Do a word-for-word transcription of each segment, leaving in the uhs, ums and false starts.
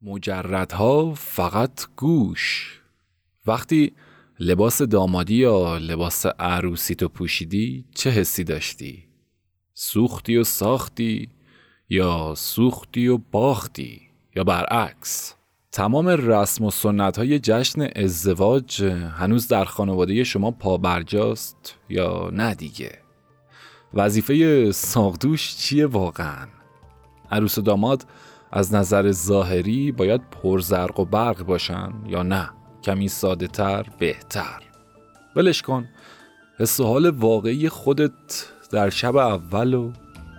مجردها فقط گوش. وقتی لباس دامادی یا لباس عروسی تو پوشیدی چه حسی داشتی؟ سوختی و ساختی یا سوختی و باختی یا برعکس؟ تمام رسم و سنت های جشن ازدواج هنوز در خانواده شما پابرجاست یا نه دیگه؟ وظیفه ساقدوش چیه واقعاً؟ عروس و داماد از نظر ظاهری باید پرزرق و برق باشن یا نه کمی ساده تر بهتر؟ ولش کن، حس و حال واقعی خودت در شب اول و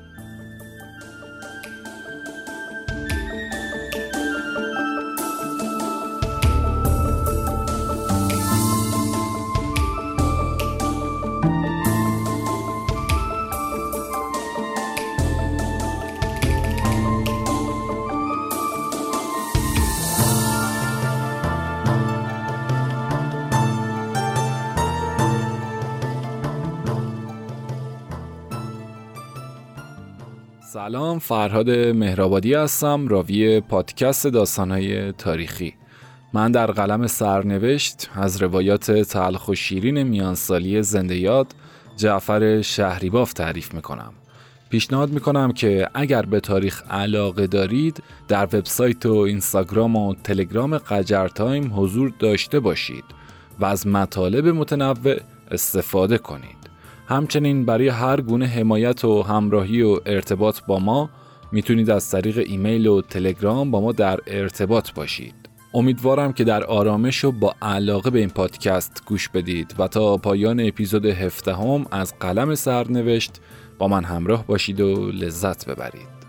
سلام، فرهاد مهرآبادی هستم، راوی پادکست داستان‌های تاریخی. من در قلم سرنوشت از روایات تلخ و شیرین میانسالی زنده یاد جعفر شهریباف تعریف میکنم. پیشنهاد میکنم که اگر به تاریخ علاقه دارید در وبسایت و اینستاگرام و تلگرام قجر تایم حضور داشته باشید و از مطالب متنوع استفاده کنید. همچنین برای هر گونه حمایت و همراهی و ارتباط با ما میتونید از طریق ایمیل و تلگرام با ما در ارتباط باشید. امیدوارم که در آرامش و با علاقه به این پادکست گوش بدید و تا پایان اپیزود هفدهم از قلم سرنوشت با من همراه باشید و لذت ببرید.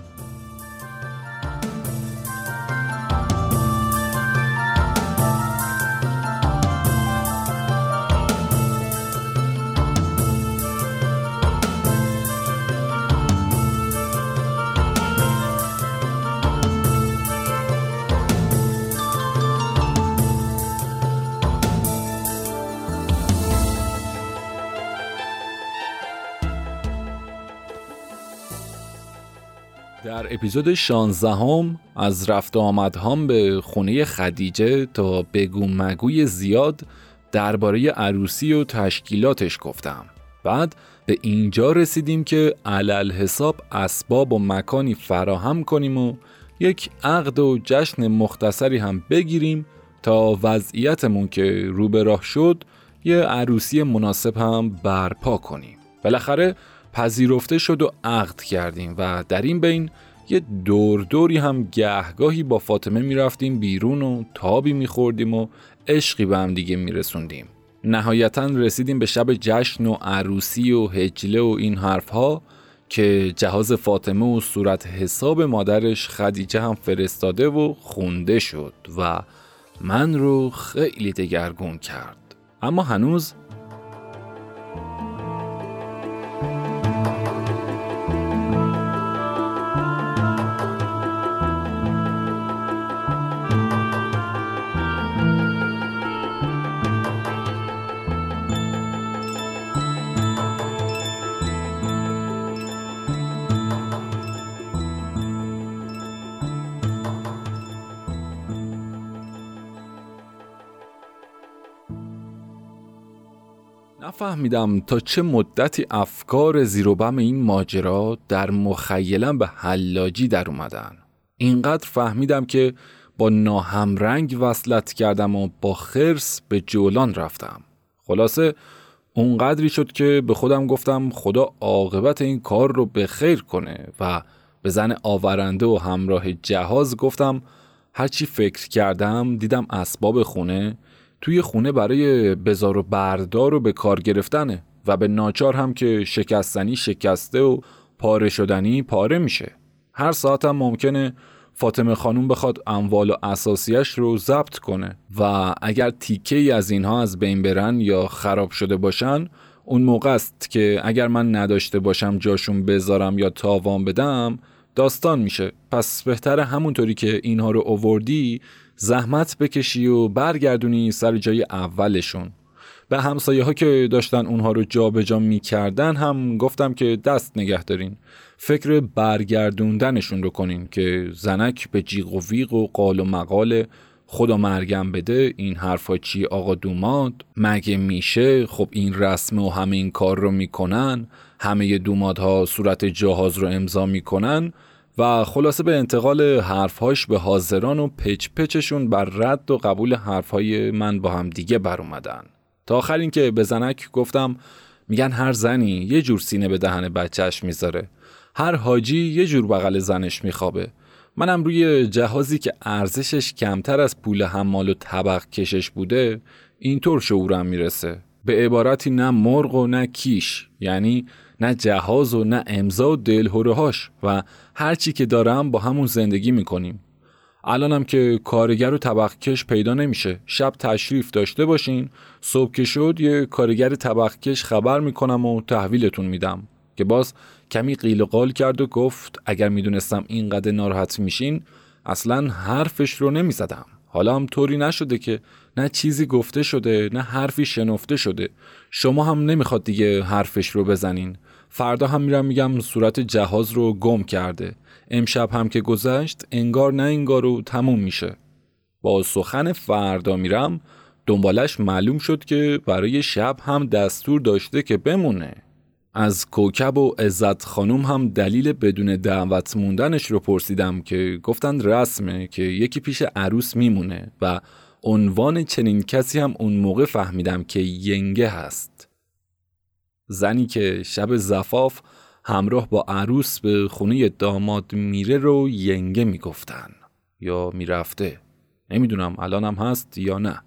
در اپیزود شانزدهم از رفت و آمدهام به خونه خدیجه تا بگو مگوی زیاد درباره عروسی و تشکیلاتش گفتم. بعد به اینجا رسیدیم که علل حساب اسباب و مکانی فراهم کنیم و یک عقد و جشن مختصری هم بگیریم تا وضعیتمون که رو به راه شد یه عروسی مناسب هم برپا کنیم. بالاخره پذیرفته شد و عقد کردیم و در این بین یه دور دوری هم گهگاهی با فاطمه می رفتیم بیرون و تابی می خوردیم و عشقی به هم دیگه می رسوندیم. نهایتاً رسیدیم به شب جشن و عروسی و هجله و این حرف ها که جهاز فاطمه و صورت حساب مادرش خدیجه هم فرستاده و خونده شد و من رو خیلی دگرگون کرد. اما هنوز نفهمیدم تا چه مدتی افکار زیر و بم این ماجرا در مخیلم به حلاجی در اومدن. اینقدر فهمیدم که با ناهمرنگ وصلت کردم و با خرس به جولان رفتم. خلاصه اونقدری شد که به خودم گفتم خدا عاقبت این کار رو به خیر کنه و به زن آورنده و همراه جهاز گفتم هرچی فکر کردم دیدم اسباب خونه توی خونه برای بزار و بردار و به کار گرفتنه و به ناچار هم که شکستنی شکسته و پاره شدنی پاره میشه. هر ساعت هم ممکنه فاطمه خانوم بخواد اموال و اساسیش رو ضبط کنه و اگر تیکه‌ای از اینها از بین برن یا خراب شده باشن اون موقع است که اگر من نداشته باشم جاشون بذارم یا تاوان بدم داستان میشه. پس بهتره همونطوری که اینها رو آوردی زحمت بکشی و برگردونی سر جای اولشون. به همسایه ها که داشتن اونها رو جا به جا می کردن هم گفتم که دست نگه دارین. فکر برگردوندنشون رو کنین که زنک به جیغ و ویغ و قال و مقال خدا مرگم بده این حرفا چی آقا دوماد؟ مگه میشه؟ خب این رسمه و همه این کار رو میکنن، همه دومادها صورت جهاز رو امضا میکنن و خلاصه به انتقال حرفهاش به حاضران و پچ پچشون بر رد و قبول حرفهای من با هم دیگه بر اومدن. تا آخر این که به زنک گفتم میگن هر زنی یه جور سینه به دهن بچهش میذاره، هر حاجی یه جور بغل زنش میخوابه. منم روی جهازی که ارزشش کمتر از پول حمال و طبق کشش بوده اینطور شعورم میرسه. به عبارتی نه مرغ و نه کیش، یعنی نه جهاز و نه امضا و دلهورهاش و هر چی که دارم با همون زندگی میکنیم. الانم که کارگر و طبق کش پیدا نمیشه، شب تشریف داشته باشین، صبح که شد یه کارگر طبق کش خبر میکنم و تحویلتون میدم. که باز کمی قیل و قال کرد و گفت اگر میدونستم اینقدر ناراحت میشین اصلا حرفش رو نمیزدم. حالا هم طوری نشده که نه چیزی گفته شده نه حرفی شنفته شده، شما هم نمیخواد دیگه حرفش رو بزنین. فردا هم میرم میگم صورت جهاز رو گم کرده، امشب هم که گذشت انگار نه انگار و تموم میشه. با سخن فردا میرم دنبالش معلوم شد که برای شب هم دستور داشته که بمونه. از کوکب و عزت خانوم هم دلیل بدون دعوت موندنش رو پرسیدم که گفتند رسمه که یکی پیش عروس میمونه و عنوان چنین کسی هم اون موقع فهمیدم که ینگه هست. زنی که شب زفاف همراه با عروس به خونه داماد میره رو ینگه میگفتن یا میرفته. نمیدونم الانم هست یا نه،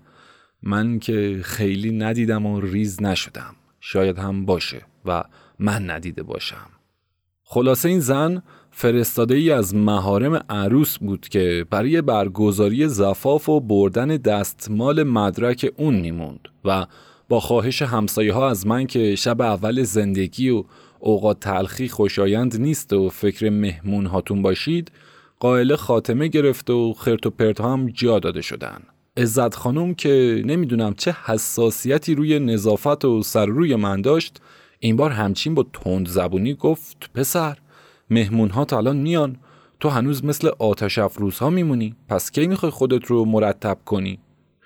من که خیلی ندیدم و ریز نشدم، شاید هم باشه و من ندیده باشم. خلاصه این زن فرستاده ای از محارم عروس بود که برای برگزاری زفاف و بردن دستمال مدرک اون میموند و با خواهش همسایه ها از من که شب اول زندگی و اوقات تلخی خوشایند نیست و فکر مهمون هاتون باشید قائل خاتمه گرفت و خرت و پرت هم جا داده شدن. عزت خانم که نمیدونم چه حساسیتی روی نظافت و سر روی من داشت این بار همچین با تند زبونی گفت پسر مهمون ها تا الان میان، تو هنوز مثل آتش افروزها میمونی، پس کی میخوای خودت رو مرتب کنی؟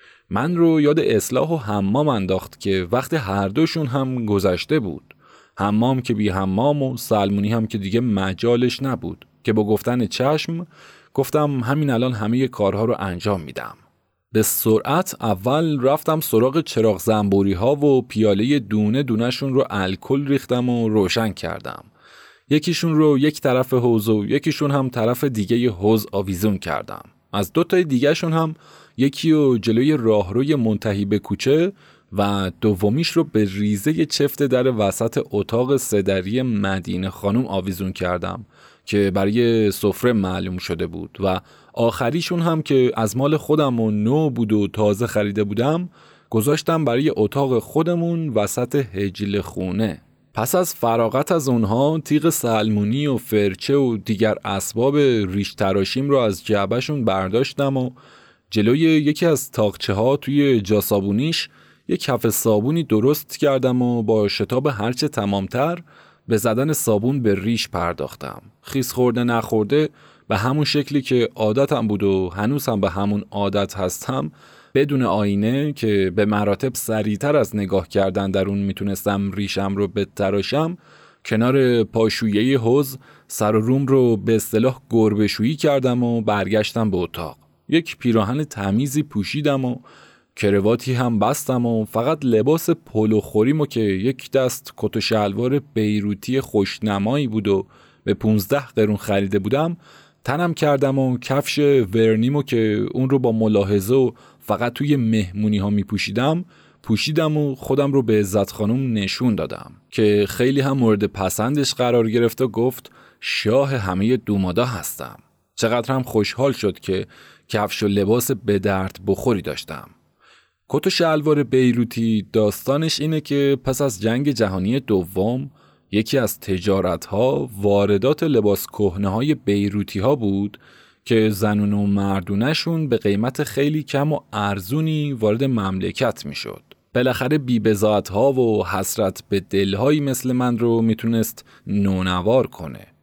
من رو یاد اصلاح و حمام انداخت که وقت هر دوشون هم گذشته بود. حمام که بی حمام و سلمونی هم که دیگه مجالش نبود که با گفتن چشم گفتم همین الان همه کارها رو انجام میدم. به سرعت اول رفتم سراغ چراغ زنبوری ها و پیاله دونه دونهشون رو الکل ریختم و روشن کردم. یکیشون رو یک طرف حوض و یکیشون هم طرف دیگه حوض آویزون کردم. از دو تای دیگهشون هم یکی رو جلوی راهروی منتهی به کوچه و دومیش رو به ریزه چفت در وسط اتاق سدری مدینه خانم آویزون کردم که برای سفره معلوم شده بود و آخریشون هم که از مال خودم و نو بود و تازه خریده بودم گذاشتم برای اتاق خودمون وسط هجل خونه. پس از فراغت از اونها تیغ سلمونی و فرچه و دیگر اسباب ریش تراشیم رو از جعبهشون برداشتم و جلوی یکی از تاقچه ها توی جا صابونیش یک کف صابونی درست کردم و با شتاب هرچه تمامتر به زدن صابون به ریش پرداختم. خیس خورده نخورده به همون شکلی که عادتم بود و هنوز هم به همون عادت هستم، بدون آینه که به مراتب سریعتر از نگاه کردن در اون میتونستم ریشم رو بتراشم، کنار پاشویه حوض سر و روم رو به اصطلاح گربه‌شویی کردم و برگشتم به اتاق. یک پیراهن تمیزی پوشیدم و کرواتی هم بستم و فقط لباس پولو خوریمو که یک دست کت و شلوار بیروتی خوشنمایی بود و به پونزده قرون خریده بودم تنم کردم و کفش ورنیمو که اون رو با ملاحظه و فقط توی مهمونی ها می پوشیدم پوشیدم و خودم رو به عزت خانم نشون دادم که خیلی هم مورد پسندش قرار گرفت و گفت شاه همه دومادا هستم. چقدر هم خوشحال شد که کفش و لباس به درد بخوری داشتم. کت و شلوار بیروتی داستانش اینه که پس از جنگ جهانی دوم یکی از تجارت‌ها واردات لباس کهنه‌های بیروتی ها بود که زنون و مردونشون به قیمت خیلی کم و ارزونی وارد مملکت میشد. بالاخره بی‌بضاعت‌ها و حسرت به دل‌هایی مثل من رو میتونست نونوار کنه.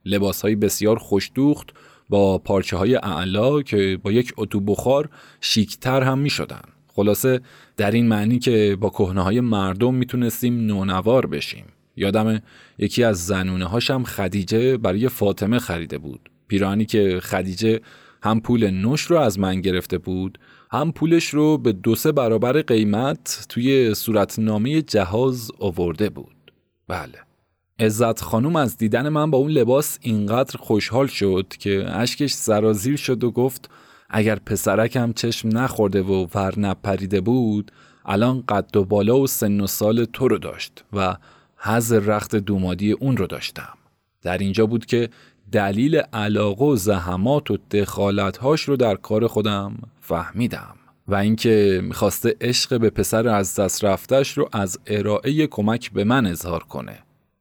لباسهای بسیار خوشدوخت با پارچه های اعلا که با یک اتو بخار شیکتر هم می شدن. خلاصه در این معنی که با کهنه های مردم می تونستیم نونوار بشیم. یادم یکی از زنونه هاشم خدیجه برای فاطمه خریده بود. پیراهنی که خدیجه هم پول نوش رو از من گرفته بود، هم پولش رو به دو سه برابر قیمت توی صورتنامه جهاز آورده بود. بله. عزت خانوم از دیدن من با اون لباس اینقدر خوشحال شد که اشکش سرازیر شد و گفت اگر پسرکم چشم نخورده و ور نپریده بود الان قد و بالا و سن و سال تو رو داشت و حظ رخت دومادی اون رو داشتم. در اینجا بود که دلیل علاقه و زحمات و دخالت‌هاش رو در کار خودم فهمیدم و اینکه می‌خواسته عشق به پسر از دست رفتش رو از ارائه کمک به من اظهار کنه.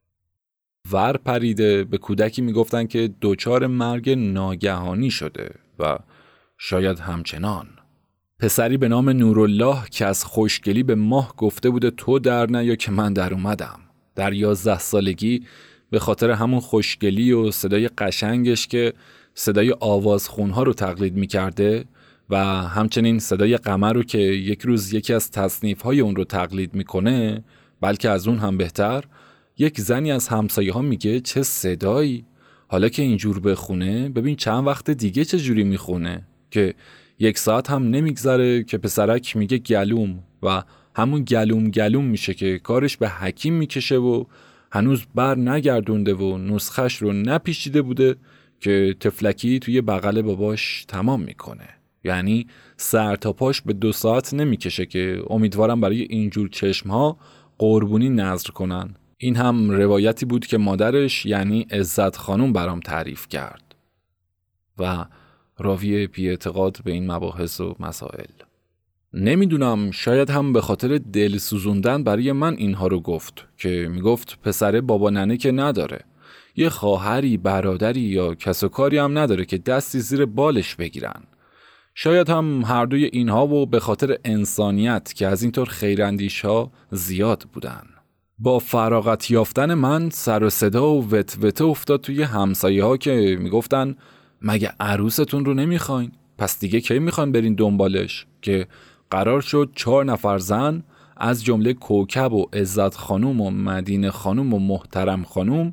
ور پریده به کودکی میگفتن که دوچار مرگ ناگهانی شده و شاید همچنان. پسری به نام نورالله که از خوشگلی به ماه گفته بوده تو در نیا که من در اومدم. در یازده سالگی به خاطر همون خوشگلی و صدای قشنگش که صدای آوازخونها رو تقلید میکرده و همچنین صدای قمر رو که یک روز یکی از تصنیف‌های اون رو تقلید میکنه، بلکه از اون هم بهتر، یک زنی از همسایه ها میگه چه صدایی، حالا که اینجور بخونه ببین چند وقت دیگه چه جوری میخونه، که یک ساعت هم نمیگذره که پسرک میگه گلوم و همون گلوم گلوم میشه که کارش به حکیم میکشه و هنوز بر نگردونده و نسخش رو نپیچیده بوده که تفلکی توی بغل باباش تمام میکنه. یعنی سر تا پاش به دو ساعت نمیکشه که امیدوارم برای اینجور چشمها قربونی نذر کنن. این هم روایتی بود که مادرش یعنی عزت خانوم برام تعریف کرد و راوی بی اعتقاد به این مباحث و مسائل. نمیدونم، شاید هم به خاطر دل سوزوندن برای من اینها رو گفت که میگفت پسره بابا ننه که نداره، یه خواهری برادری یا کس و کاری هم نداره که دستی زیر بالش بگیرن. شاید هم هر دوی اینها و به خاطر انسانیت که از اینطور خیراندیش ها زیاد بودن. با فراغت یافتن من سر و صدا و وت وت افتاد توی همسایه ها که میگفتن مگه عروستون رو نمیخواین؟ پس دیگه کی میخواین برین دنبالش؟ که قرار شد چهار نفر زن از جمله کوکب و عزت خانوم و مدینه خانوم و محترم خانوم،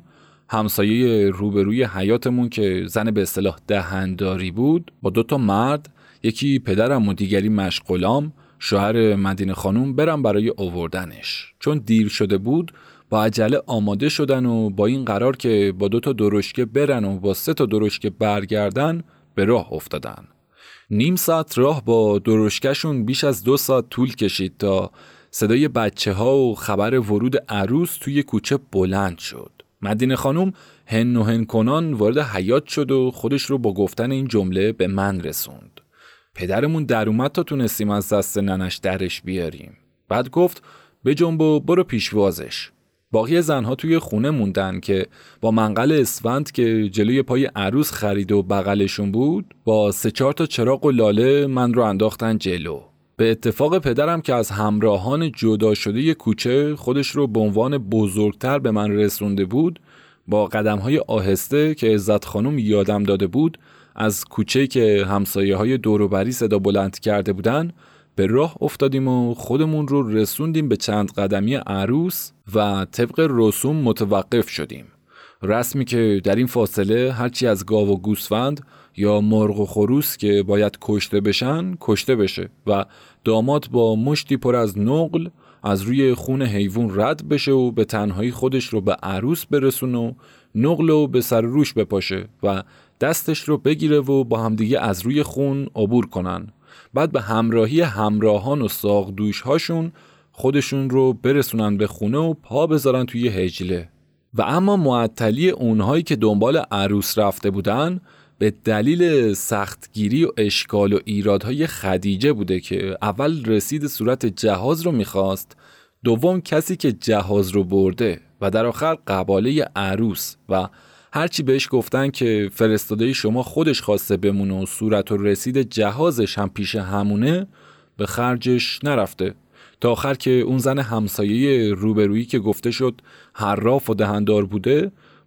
همسایه روبروی حیاتمون که زن به اصطلاح دهنداری بود، با دو تا مرد، یکی پدرم و دیگری مشغولام، شوهر مدینه خانوم، برم برای آوردنش. چون دیر شده بود با عجله آماده شدن و با این قرار که با دو تا درشکه برن و با سه تا درشکه برگردن به راه افتادن. نیم ساعت راه با درشکشون بیش از دو ساعت طول کشید تا صدای بچه ها و خبر ورود عروس توی کوچه بلند شد. مدینه خانوم هن و هن کنان وارد حیاط شد و خودش رو با گفتن این جمله به من رسوند. پدرمون در اومد تا تونستیم از دست ننش درش بیاریم. بعد گفت بجنب و برو پیشوازش. باقی زنها توی خونه موندن که با منقل اسفند که جلوی پای عروس خرید و بغلشون بود با سه چهار تا چراغ و لاله من رو انداختن جلو. به اتفاق پدرم که از همراهان جدا شده کوچه خودش رو به عنوان بزرگتر به من رسونده بود، با قدم‌های آهسته که عزت خانوم یادم داده بود از کوچه که همسایه‌های دور و بری صدا بلند کرده بودن به راه افتادیم و خودمون رو رسوندیم به چند قدمی عروس و طبق رسوم متوقف شدیم. رسمی که در این فاصله هرچی از گاو و گوسفند یا مرغ و خروس که باید کشته بشن کشته بشه و داماد با مشتی پر از نقل از روی خون حیوان رد بشه و به تنهایی خودش رو به عروس برسونه و نقل رو به سر روش بپاشه و دستش رو بگیره و با همدیگه از روی خون عبور کنن. بعد به همراهی همراهان و ساقدوش هاشون خودشون رو برسونن به خونه و پا بذارن توی هجله. و اما معطلی اونهایی که دنبال عروس رفته بودن به دلیل سختگیری و اشکال و ایرادهای خدیجه بوده که اول رسید صورت جهاز رو میخواست، دوم کسی که جهاز رو برده و در آخر قباله عروس و هرچی بهش گفتن که فرستاده شما خودش خواسته بمونه و صورت و رسید جهازش هم پیش همونه به خرجش نرفته، تا آخر که اون زن همسایه روبرویی که گفته شد حراف و دهندار بوده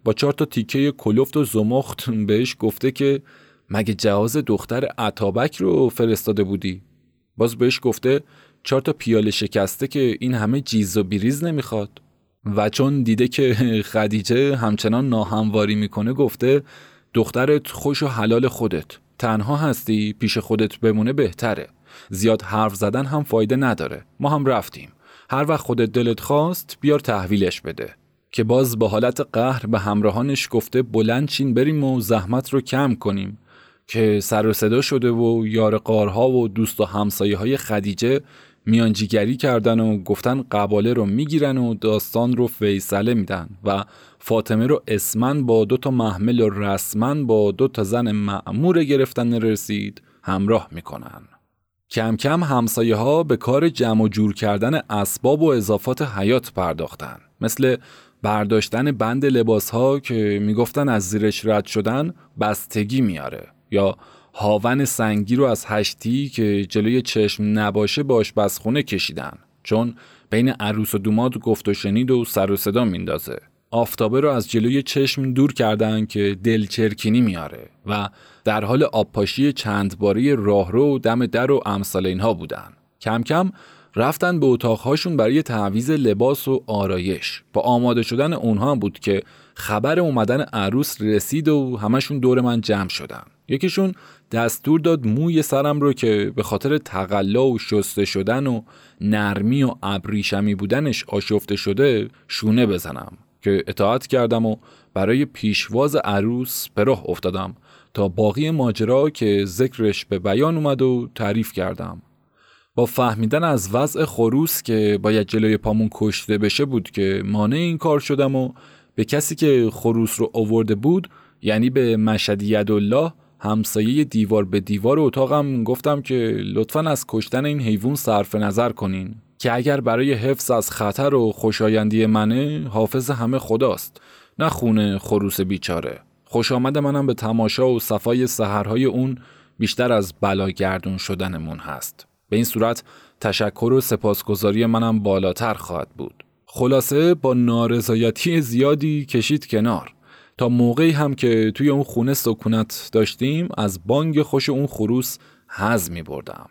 با چهار تا تیکه کلفت و زمخت بهش گفته که مگه جهاز دختر عطابک رو فرستاده بودی؟ باز بهش گفته چهار تا پیاله شکسته که این همه جیز و بیریز نمیخواد. و چون دیده که خدیجه همچنان ناهمواری میکنه گفته دخترت خوش و حلال خودت، تنها هستی پیش خودت بمونه بهتره، زیاد حرف زدن هم فایده نداره، ما هم رفتیم، هر وقت خودت دلت خواست بیار تحویلش بده. که باز با حالت قهر به همراهانش گفته بلند چین بریم و زحمت رو کم کنیم. که سر و صدا شده و یار قارها و دوست و همسایه های خدیجه میانجیگری کردن و گفتن قباله رو میگیرن و داستان رو فیصله میدن و فاطمه رو اسمن با دو تا محمل و رسمن با دو تا زن مأمور گرفتن رسید همراه میکنن. کم کم همسایه ها به کار جمع و جور کردن اسباب و اضافات حیات پرداختن، مثل برداشتن بند لباس ها که میگفتن از زیرش رد شدن بستگی میاره، یا هاون سنگی رو از هشتی که جلوی چشم نباشه به آشپزخونه کشیدن، چون بین عروس و دوماد گفت و شنید و سر و صدا میندازه. آفتابه رو از جلوی چشم دور کردن که دلچرکینی میاره و در حال آبپاشی چند باری راهرو دم در و امثال اینها بودن. کم کم رفتن به اتاقهاشون برای تعویض لباس و آرایش. با آماده شدن اونها بود که خبر اومدن عروس رسید و همشون دور من جمع شدن. یکیشون دستور داد موی سرم رو که به خاطر تقلا و شسته شدن و نرمی و ابریشمی بودنش آشفته شده شونه بزنم، که اطاعت کردم و برای پیشواز عروس به راه افتادم تا باقی ماجرا که ذکرش به بیان اومد و تعریف کردم. با فهمیدن از وضع خروس که باید جلوی پامون کشته بشه بود که مانع این کار شدم و به کسی که خروس رو آورده بود، یعنی به مشهد یدالله همسایه دیوار به دیوار اتاقم، گفتم که لطفاً از کشتن این حیوان صرف نظر کنین، که اگر برای حفظ از خطر و خوشایندی منه حافظ همه خداست، نه خون خروس بیچاره. خوش آمد منم به تماشا و صفای سحرهای اون بیشتر از بلاگردون شدنمون هست. به این صورت تشکر و سپاسگزاری منم بالاتر خواهد بود. خلاصه با نارضایتی زیادی کشید کنار، تا موقعی هم که توی اون خونه سکونت داشتیم از بانگ خوش اون خروس حظ می بردم.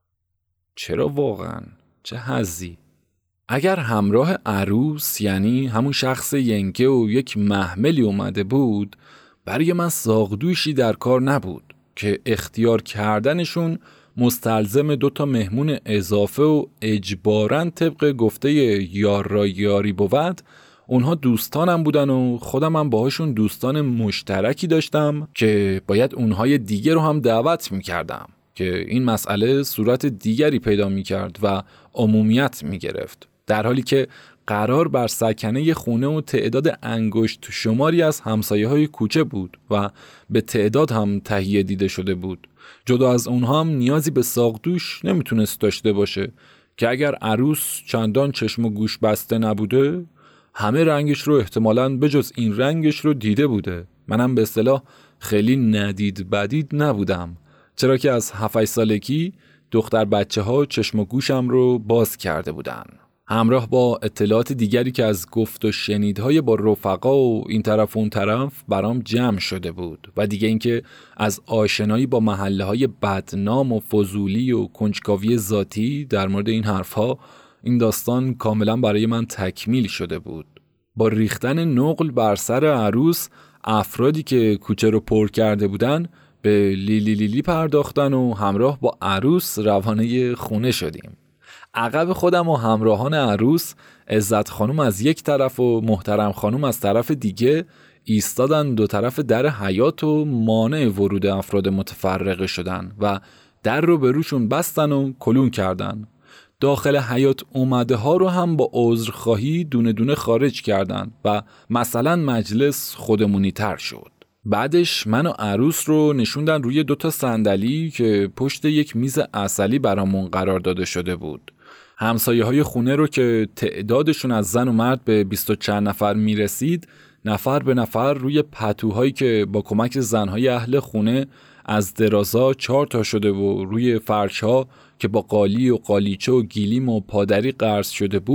چرا واقعا؟ چه حظی؟ اگر همراه عروس، یعنی همون شخص ینکه و یک محملی اومده بود، برای من ساقدوشی در کار نبود که اختیار کردنشون مستلزم دوتا مهمون اضافه و اجباراً طبق گفته یار را یاری بود. اونها دوستانم بودن و خودم هم باهاشون دوستان مشترکی داشتم که باید اونهای دیگه رو هم دعوت میکردم، که این مسئله صورت دیگری پیدا میکرد و عمومیت میگرفت، در حالی که قرار بر سکنه خونه و تعداد انگشت شماری از همسایه های کوچه بود و به تعداد هم تهیه دیده شده بود. جدا از اونها هم نیازی به ساقدوش نمیتونست داشته باشه، که اگر عروس چندان چشم و گوش بسته نبوده همه رنگش رو احتمالاً بجز این رنگش رو دیده بوده. منم به اصطلاح خیلی ندید بدید نبودم، چرا که از هفت سالگی دختر بچه ها چشم و گوشم رو باز کرده بودن، همراه با اطلاعات دیگری که از گفت و شنیدهای با رفقا و این طرف و اون طرف برام جمع شده بود، و دیگه اینکه از آشنایی با محله های بدنام و فضولی و کنجکاوی ذاتی در مورد این حرفها، این داستان کاملا برای من تکمیل شده بود. با ریختن نقل بر سر عروس، افرادی که کوچه رو پر کرده بودن به لیلی لیلی پرداختن و همراه با عروس روانه خونه شدیم. عقب خودم و همراهان عروس، عزت خانم از یک طرف و محترم خانم از طرف دیگه ایستادن دو طرف در حیاط و مانع ورود افراد متفرقه شدن و در رو به روشون بستن و کلون کردن. داخل حیاط اومده ها رو هم با عذرخواهی دونه دونه خارج کردن و مثلا مجلس خودمونی تر شد. بعدش من و عروس رو نشوندن روی دوتا صندلی که پشت یک میز عسلی برامون قرار داده شده بود. همسایه های خونه رو که تعدادشون از زن و مرد به بیست و چند نفر میرسید، نفر به نفر روی پتوهایی که با کمک زنهای اهل خونه از درازا چهار تا شده و روی فرشها که با قالی و قالیچه و گیلیم و پادری قرض شده بود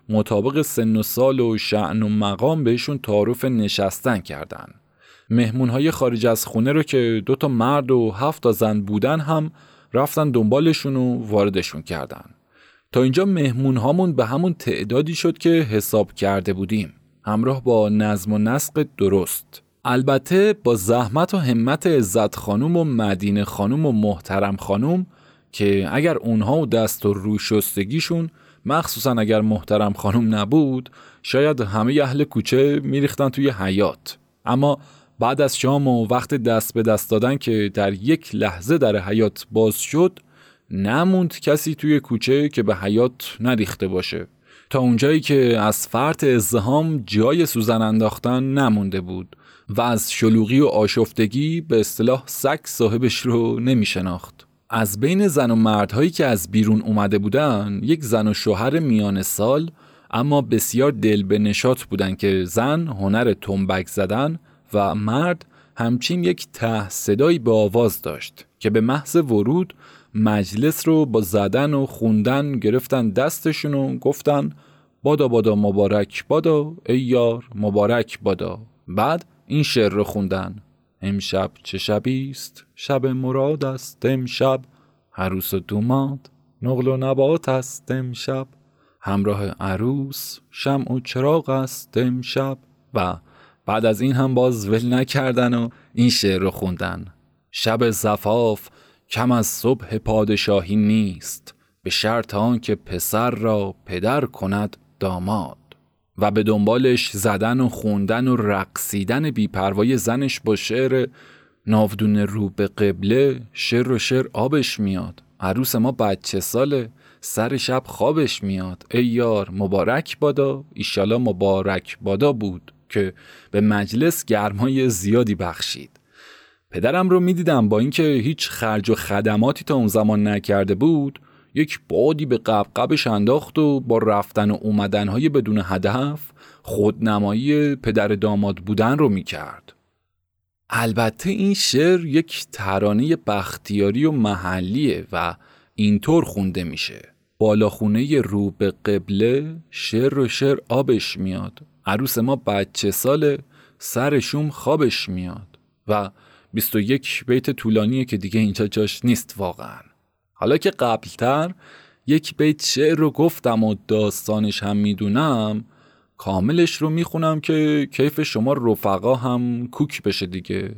مطابق سن و سال و شأن و مقام بهشون تعارف نشستن کردن. مهمونهای خارج از خونه رو که دو تا مرد و هفت تا زن بودن هم رفتن دنبالشون و واردشون کردن. تا اینجا مهمونهامون به همون تعدادی شد که حساب کرده بودیم، همراه با نظم و نسق درست. البته با زحمت و همت عزت خانوم و مدینه خانوم و محترم خانوم که اگر اونها و دست و رو شستگیشون، مخصوصا اگر محترم خانوم نبود، شاید همه اهل کوچه میریختن توی حیاط. اما بعد از شام و وقت دست به دست دادن که در یک لحظه در حیاط باز شد، نموند کسی توی کوچه که به حیاط نریخته باشه. تا اونجایی که از فرط ازدحام جای سوزن انداختن نمونده بود و از شلوغی و آشفتگی به اصطلاح سگ صاحبش رو نمی شناخت. از بین زن و مردهایی که از بیرون اومده بودن، یک زن و شوهر میان سال اما بسیار دل به نشاط بودن که زن هنر تنبک زدن و مرد همچین یک ته صدایی به آواز داشت که به محض ورود مجلس رو با زدن و خوندن گرفتن دستشون و گفتن بادا بادا مبارک بادا ای یار مبارک بادا. بعد این شعر رو خوندن: امشب چه شبیست شب مراد است امشب، عروس و دوماد نقل و نبات است امشب، همراه عروس شمع و چراغ است امشب. و بعد از این هم باز ول نکردن و این شعر رو خوندن: شب زفاف کم از صبح پادشاهی نیست، به شرط آن که پسر را پدر کند داماد. و به دنبالش زدن و خوندن و رقصیدن بی‌پروای زنش با شعر ناودون رو به قبله: شعر و شعر آبش میاد، عروس ما بچه ساله، سر شب خوابش میاد، ای یار مبارک بادا ایشالا مبارک بادا بود که به مجلس گرمای زیادی بخشید. پدرم رو میدیدم با اینکه هیچ خرج و خدماتی تا اون زمان نکرده بود، یک بادی به قبقبش انداخت و با رفتن و اومدنهای بدون هدف خودنمایی پدر داماد بودن رو میکرد. البته این شعر یک ترانه بختیاری و محلیه و اینطور خونده میشه: بالاخونه رو به قبله، شعر و شعر آبش میاد، عروس ما بچه ساله، سر شوم خوابش میاد. و بیست و یک بیت طولانیه که دیگه اینجا جاش نیست واقعا. حالا که قبلتر یک بیت شعر رو گفتم و داستانش هم میدونم، کاملش رو میخونم که کیف شما رفقا هم کوک بشه دیگه.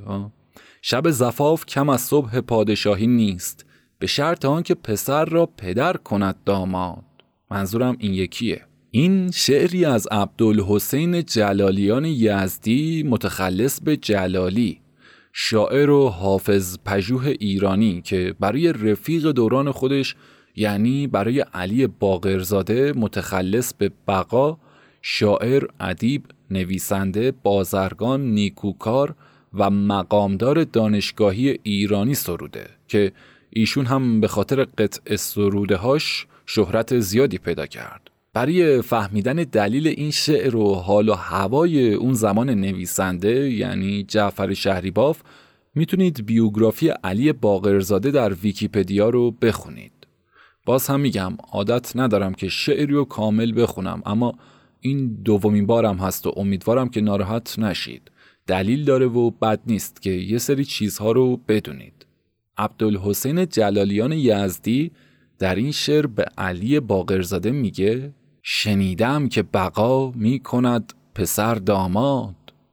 شب زفاف کم از صبح پادشاهی نیست، به شرط آن که پسر را پدر کند داماد. منظورم این یکیه. این شعری از عبدالحسین جلالیان یزدی متخلص به جلالی، شاعر و حافظ پژوه ایرانی که برای رفیق دوران خودش، یعنی برای علی باقرزاده متخلص به بقا، شاعر، ادیب، نویسنده، بازرگان، نیکوکار و مقامدار دانشگاهی ایرانی سروده که ایشون هم به خاطر قطع سرودهاش شهرت زیادی پیدا کرد. برای فهمیدن دلیل این شعر و حال و هوای اون زمان نویسنده یعنی جعفر شهریباف میتونید بیوگرافی علی باقرزاده در ویکیپدیا رو بخونید. باز هم میگم عادت ندارم که شعری رو کامل بخونم، اما این دومین بارم هست و امیدوارم که ناراحت نشید. دلیل داره و بد نیست که یه سری چیزها رو بدونید. عبدالحسین جلالیان یزدی در این شعر به علی باقرزاده میگه: شنیدم که بقا می کند پسر داماد،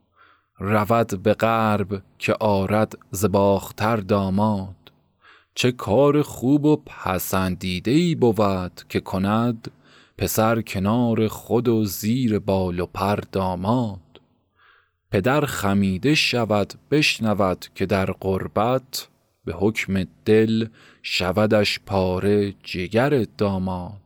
رود به غرب که آرد ز باختر داماد. چه کار خوب و پسندیده‌ای بود که کند، پسر کنار خود و زیر بال و پر داماد. پدر خمیده شود بشنود که در غربت، به حکم دل شودش پاره جگر داماد.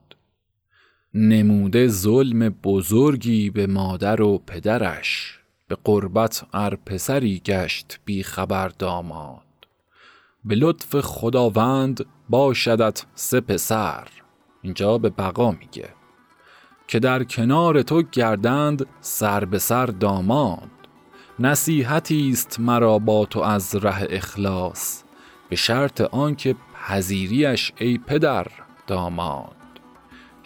نموده ظلم بزرگی به مادر و پدرش، به غربت ار پسری گشت بی خبر داماد. به لطف خداوند باشدت سه پسر، اینجا به بقا میگه، که در کنار تو گردند سر به سر داماد. نصیحتی است مرا با تو از ره اخلاص، به شرط آن که پذیریش ای پدر داماد.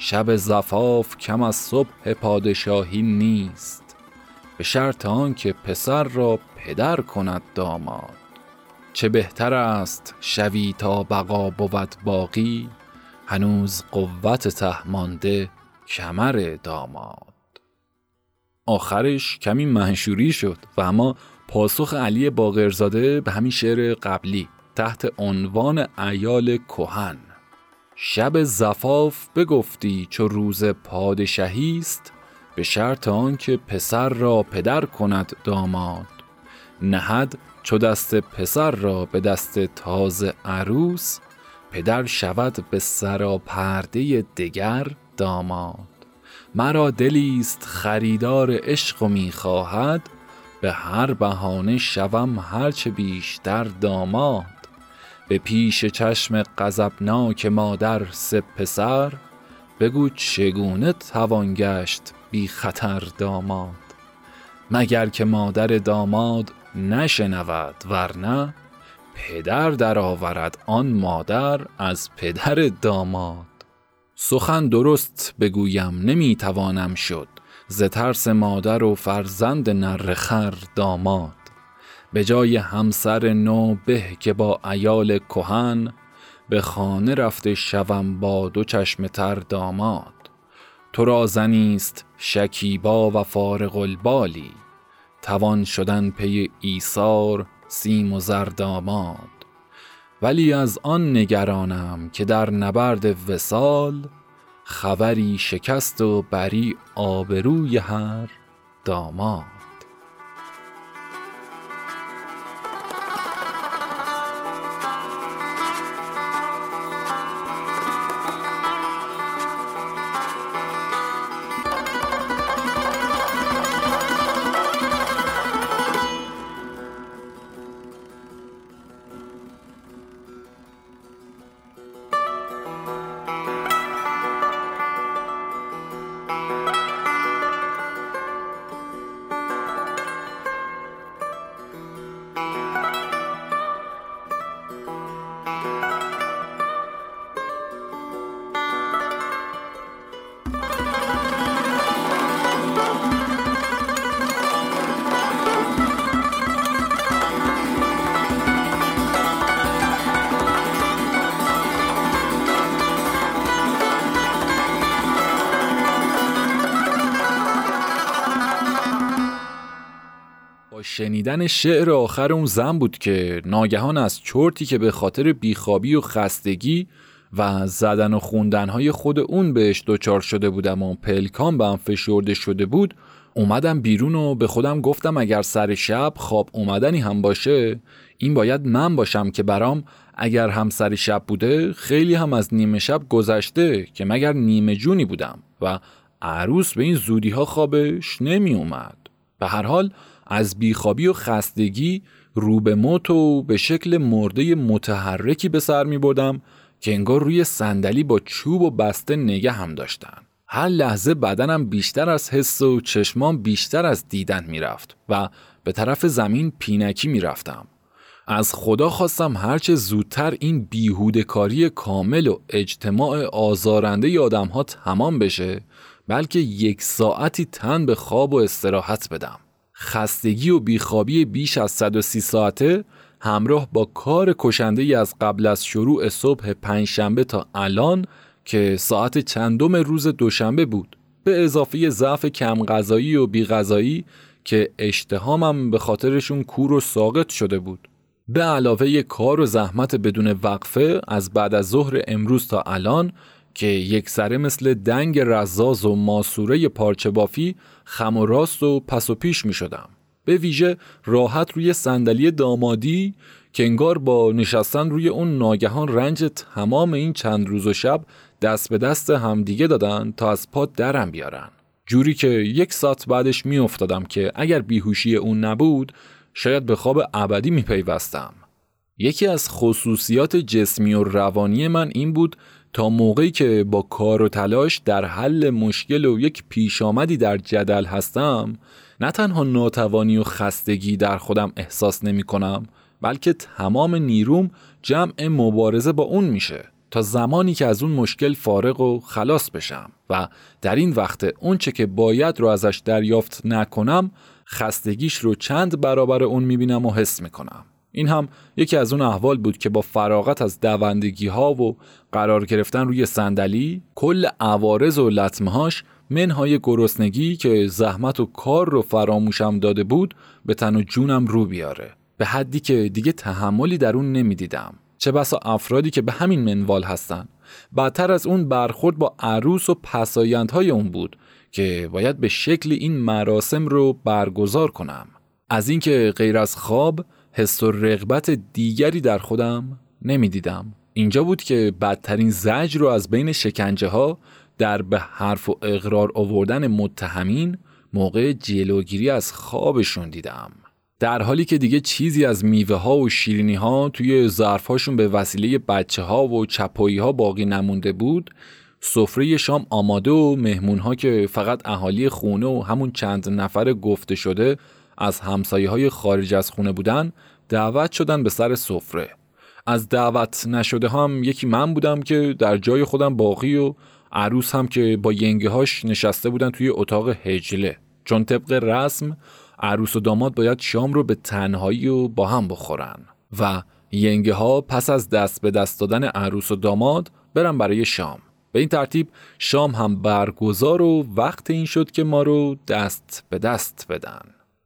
شب زفاف کم از صبح پادشاهی نیست، به شرط آن که پسر را پدر کند داماد. چه بهتر است شوی تا بقا بود باقی، هنوز قوت ته مانده کمر داماد. آخرش کمی منشوری شد و اما پاسخ علی باقرزاده به همین شعر قبلی تحت عنوان عیال کهن: شب زفاف بگفتی چو روز پادشاهی است، به شرط آن که پسر را پدر کند داماد. نهد چو دست پسر را به دست تازه عروس، پدر شود به سراپرده دگر داماد. مرا دلیست خریدار عشق و میخواهد، به هر بهانه شوم هرچه بیشتر داماد. به پیش چشم غضبناک مادر سه پسر، بگو چگونه توان گشت بی خطر داماد. مگر که مادر داماد نشنود، ورنه پدر در آورد آن مادر از پدر داماد. سخن درست بگویم نمیتوانم شد، ز ترس مادر و فرزند نرخر داماد. به جای همسر نو به که با عیال کهن، به خانه رفته شوم با دو چشم تر داماد. تو را زنیست شکیبا و فارغ البالی، توان شدن پی ایثار سیم و زر داماد. ولی از آن نگرانم که در نبرد وصال، خبری شکست و بری آبروی هر داماد. شنیدن شعر آخر اون زن بود که ناگهان از چرتی که به خاطر بیخوابی و خستگی و زدن و خوندنهای خود اون بهش دوچار شده بودم و پلکان به هم فشرده شده بود اومدم بیرون و به خودم گفتم اگر سر شب خواب اومدنی هم باشه، این باید من باشم که برام اگر هم سر شب بوده خیلی هم از نیمه شب گذشته که مگر نیمه جونی بودم و عروس به این زودی ها خوابش نمی اومد. به هر حال از بیخوابی و خستگی رو به موت و به شکل مرده متحرکی به سر می بردم که انگار روی صندلی با چوب و بسته نگه هم داشتن. هر لحظه بدنم بیشتر از حس و چشمام بیشتر از دیدن می رفت و به طرف زمین پینکی می رفتم. از خدا خواستم هرچه زودتر این بیهوده کاری کامل و اجتماع آزارنده آدم ها تمام بشه، بلکه یک ساعتی تن به خواب و استراحت بدم. خستگی و بیخوابی بیش از صد و سی ساعته همراه با کار کشنده ای از قبل از شروع صبح پنجشنبه تا الان که ساعت چندم روز دوشنبه بود، به اضافه ضعف کم غذایی و بی غذایی که اشتهامم به خاطرشون کور و ساقط شده بود، به علاوه کار و زحمت بدون وقفه از بعد از ظهر امروز تا الان که یک سره مثل دنگ رزاز و ماسوره پارچه بافی خم و راست و پس و پیش می شدم. به ویژه راحت روی صندلی دامادی که انگار با نشستن روی اون ناگهان رنج تمام این چند روز و شب دست به دست همدیگه دادن تا از پا درم بیارن. جوری که یک ساعت بعدش می افتادم که اگر بیهوشی اون نبود شاید به خواب ابدی می پیوستم. یکی از خصوصیات جسمی و روانی من این بود تا موقعی که با کار و تلاش در حل مشکل و یک پیش آمدی در جدل هستم، نه تنها ناتوانی و خستگی در خودم احساس نمی کنم، بلکه تمام نیروم جمع مبارزه با اون میشه تا زمانی که از اون مشکل فارغ و خلاص بشم و در این وقت اون چه که باید رو ازش دریافت نکنم خستگیش رو چند برابر اون میبینم و حس میکنم. این هم یکی از اون احوال بود که با فراغت از دوندگی ها و قرار گرفتن روی صندلی کل عوارض و لطمهاش منهای گرسنگی که زحمت و کار رو فراموشم داده بود به تن و جونم رو بیاره، به حدی که دیگه تحملی در اون نمیدیدم. چه بسا افرادی که به همین منوال هستن. بدتر از اون برخورد با عروس و پسایندهای اون بود که باید به شکل این مراسم رو برگزار کنم. از اینکه غیر از خواب حس و رغبت دیگری در خودم نمیدیدم. اینجا بود که بدترین زجر رو از بین شکنجه ها در به حرف و اقرار آوردن متهمین موقع جلوگیری از خوابشون دیدم. در حالی که دیگه چیزی از میوه ها و شیرینی ها توی ظرف هاشون به وسیله بچه ها و چپایی ها باقی نمونده بود، سفره شام آماده و مهمون ها که فقط اهالی خونه و همون چند نفر گفته شده از همسایه های خارج از خونه بودن دعوت شدن به سر سفره. از دعوت نشده هم یکی من بودم که در جای خودم باقی و عروس هم که با ینگه هاش نشسته بودن توی اتاق هجله، چون طبق رسم عروس و داماد باید شام رو به تنهایی و با هم بخورن و ینگه ها پس از دست به دست دادن عروس و داماد برن برای شام. به این ترتیب شام هم برگزار و وقت این شد که ما رو دست به دست بدن.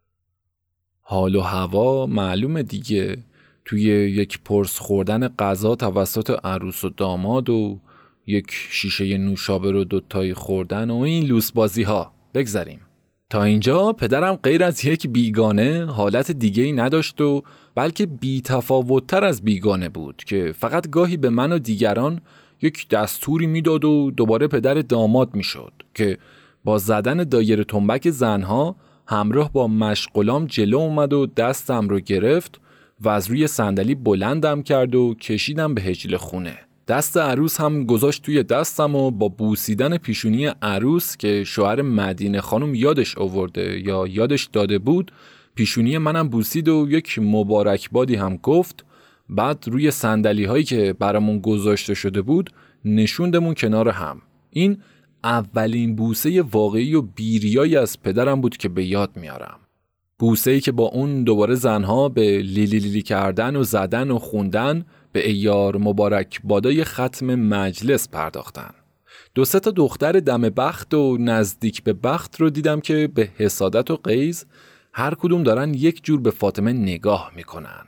حال و هوا معلومه دیگه، توی یک پرس خوردن غذا توسط عروس و داماد و یک شیشه نوشابه رو دوتایی خوردن و این لوس بازی ها. بگذاریم. تا اینجا پدرم غیر از یک بیگانه حالت دیگه‌ای نداشت و بلکه بی‌تفاوت‌تر از بیگانه بود که فقط گاهی به من و دیگران یک دستوری میداد و دوباره پدر داماد میشد که با زدن دایره تنبک زنها همراه با مشغلام جلو اومد و دستم رو گرفت و از روی صندلی بلندم کرد و کشیدم به هجل خونه. دست عروس هم گذاشت توی دستم و با بوسیدن پیشونی عروس که شوهر مدینه خانم یادش آورده یا یادش داده بود پیشونی منم بوسید و یک مبارک بادی هم گفت. بعد روی صندلی هایی که برامون گذاشته شده بود نشوندمون کنار هم. این اولین بوسه واقعی و بیریایی از پدرم بود که به یاد میارم. بوسه‌ای که با اون دوباره زنها به لیلی لیلی کردن و زدن و خوندن به ایار مبارک بادای ختم مجلس پرداختن. دو سه تا دختر دم بخت و نزدیک به بخت رو دیدم که به حسادت و غیظ هر کدوم دارن یک جور به فاطمه نگاه میکنن.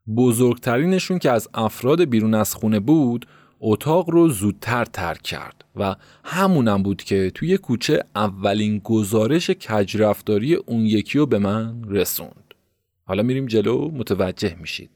بزرگترینشون که از افراد بیرون از خونه بود اتاق رو زودتر ترک کرد و همونم بود که توی کوچه اولین گزارش کجرفتاری اون یکی رو به من رسوند. حالا میریم جلو متوجه میشید.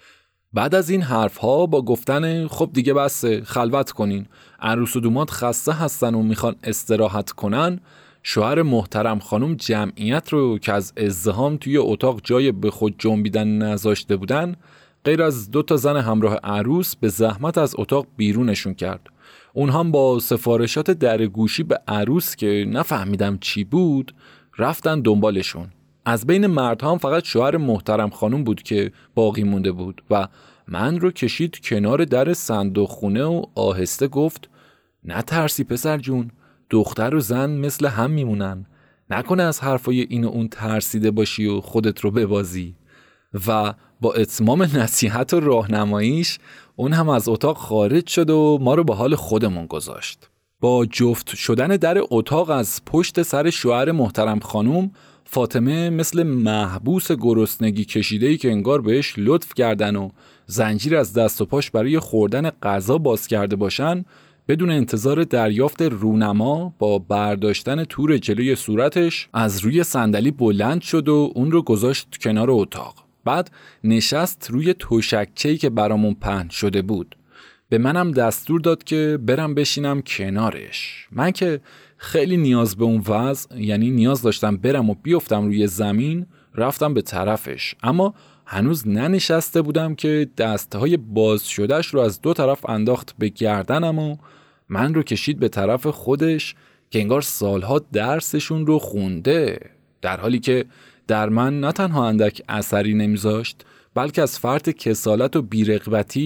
بعد از این حرفها با گفتن خب دیگه بسه خلوت کنین، عروس و دوماد خسته هستن و میخوان استراحت کنن، شوهر محترم خانم جمعیت رو که از ازدحام توی اتاق جای به خود جنبیدن نذاشته بودن غیر از دو تا زن همراه عروس به زحمت از اتاق بیرونشون کرد. اون هم با سفارشات درگوشی به عروس که نفهمیدم چی بود رفتن دنبالشون. از بین مردها هم فقط شوهر محترم خانم بود که باقی مونده بود و من رو کشید کنار در صندوق خونه و آهسته گفت نه ترسی پسر جون، دختر و زن مثل هم میمونن، نکنه از حرفای این و اون ترسیده باشی و خودت رو ببازی. و با اتمام نصیحت و راهنماییش اون هم از اتاق خارج شد و ما رو به حال خودمون گذاشت. با جفت شدن در اتاق از پشت سر شوهر محترم خانم، فاطمه مثل محبوس گرسنگی کشیده‌ای که انگار بهش لطف کردن و زنجیر از دست و پاش برای خوردن غذا باز کرده باشن، بدون انتظار دریافت رونما با برداشتن تور جلوی صورتش از روی صندلی بلند شد و اون رو گذاشت کنار اتاق. بعد نشست روی توشکچه‌ای که برامون پهن شده بود. به منم دستور داد که برم بشینم کنارش. من که خیلی نیاز به اون وضع، یعنی نیاز داشتم برم و بیفتم روی زمین، رفتم به طرفش، اما هنوز ننشسته بودم که دستهای باز شدهش رو از دو طرف انداخت به گردنم و من رو کشید به طرف خودش که انگار سالها درسشون رو خونده، در حالی که در من نه تنها اندک اثری نمیذاشت بلکه از فرط کسالت و بیرغبتی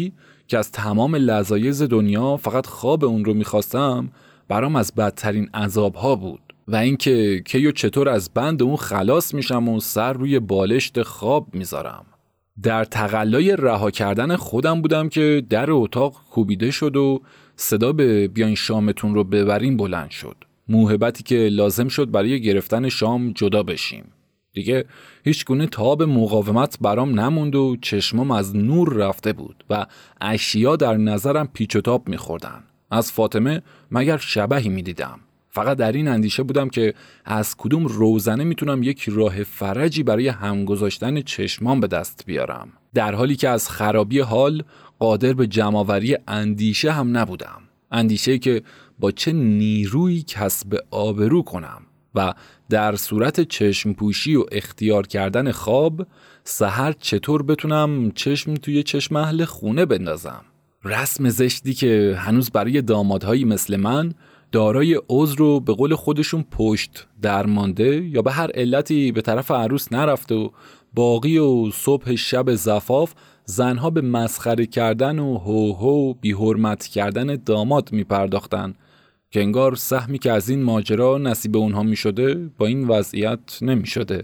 که از تمام لذایذ دنیا فقط خواب اون رو میخواستم برام از بدترین عذابها بود و اینکه کی و چطور از بند اون خلاص میشم و سر روی بالشت خواب میذارم. در تقلای رها کردن خودم بودم که در اتاق کوبیده شد و صدا به بیاین شامتون رو ببرین بلند شد. موهبتی که لازم شد برای گرفتن شام جدا بشیم. دیگه هیچ گونه تاب مقاومت برام نموند و چشمام از نور رفته بود و اشیا در نظرم پیچ و تاب میخوردن. از فاطمه مگر شبحی میدیدم. فقط در این اندیشه بودم که از کدوم روزنه میتونم یک راه فرجی برای هم گذاشتن چشمام به دست بیارم، در حالی که از خرابی حال قادر به جمع‌آوری اندیشه هم نبودم. اندیشه‌ای که با چه نیرویی کسب آبرو کنم و در صورت چشم پوشی و اختیار کردن خواب سحر چطور بتونم چشم توی چشم اهل خونه بندازم. رسم زشتی که هنوز برای دامادهایی مثل من دارای عذر رو به قول خودشون پشت درمانده یا به هر علتی به طرف عروس نرفته و باقی و صبح شب زفاف زنها به مسخره کردن و هو هو بی حرمت کردن داماد می پرداختن که انگار سهمی که از این ماجرا نصیب اونها می شده با این وضعیت نمی شده.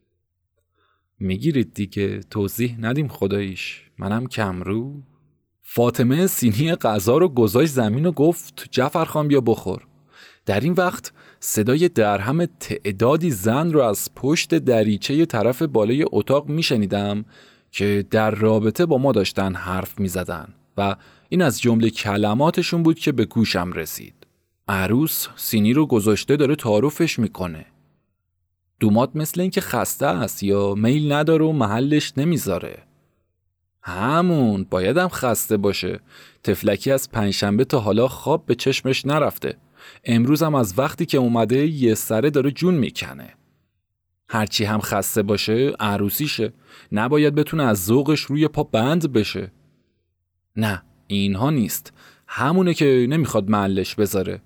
می گیرید دیگه، توضیح ندیم خداییش، منم کمرو. فاطمه سینی غذا رو گذاشت زمین و گفت جعفر خان بیا بخور. در این وقت صدای درهم تعدادی زن رو از پشت دریچه طرف بالای اتاق می شنیدم که در رابطه با ما داشتن حرف می زدن و این از جمله کلماتشون بود که به گوشم رسید. عروس سینی رو گذاشته داره تعارفش میکنه. دوماد مثل این که خسته است یا میل نداره و محلش نمیذاره. همون بایدم خسته باشه. تفلکی از پنجشنبه تا حالا خواب به چشمش نرفته. امروز هم از وقتی که اومده یه سره داره جون میکنه. هرچی هم خسته باشه عروسیشه. نباید بتونه از ذوقش روی پا بند بشه. نه اینها نیست. همونه که نمیخواد محلش بذاره.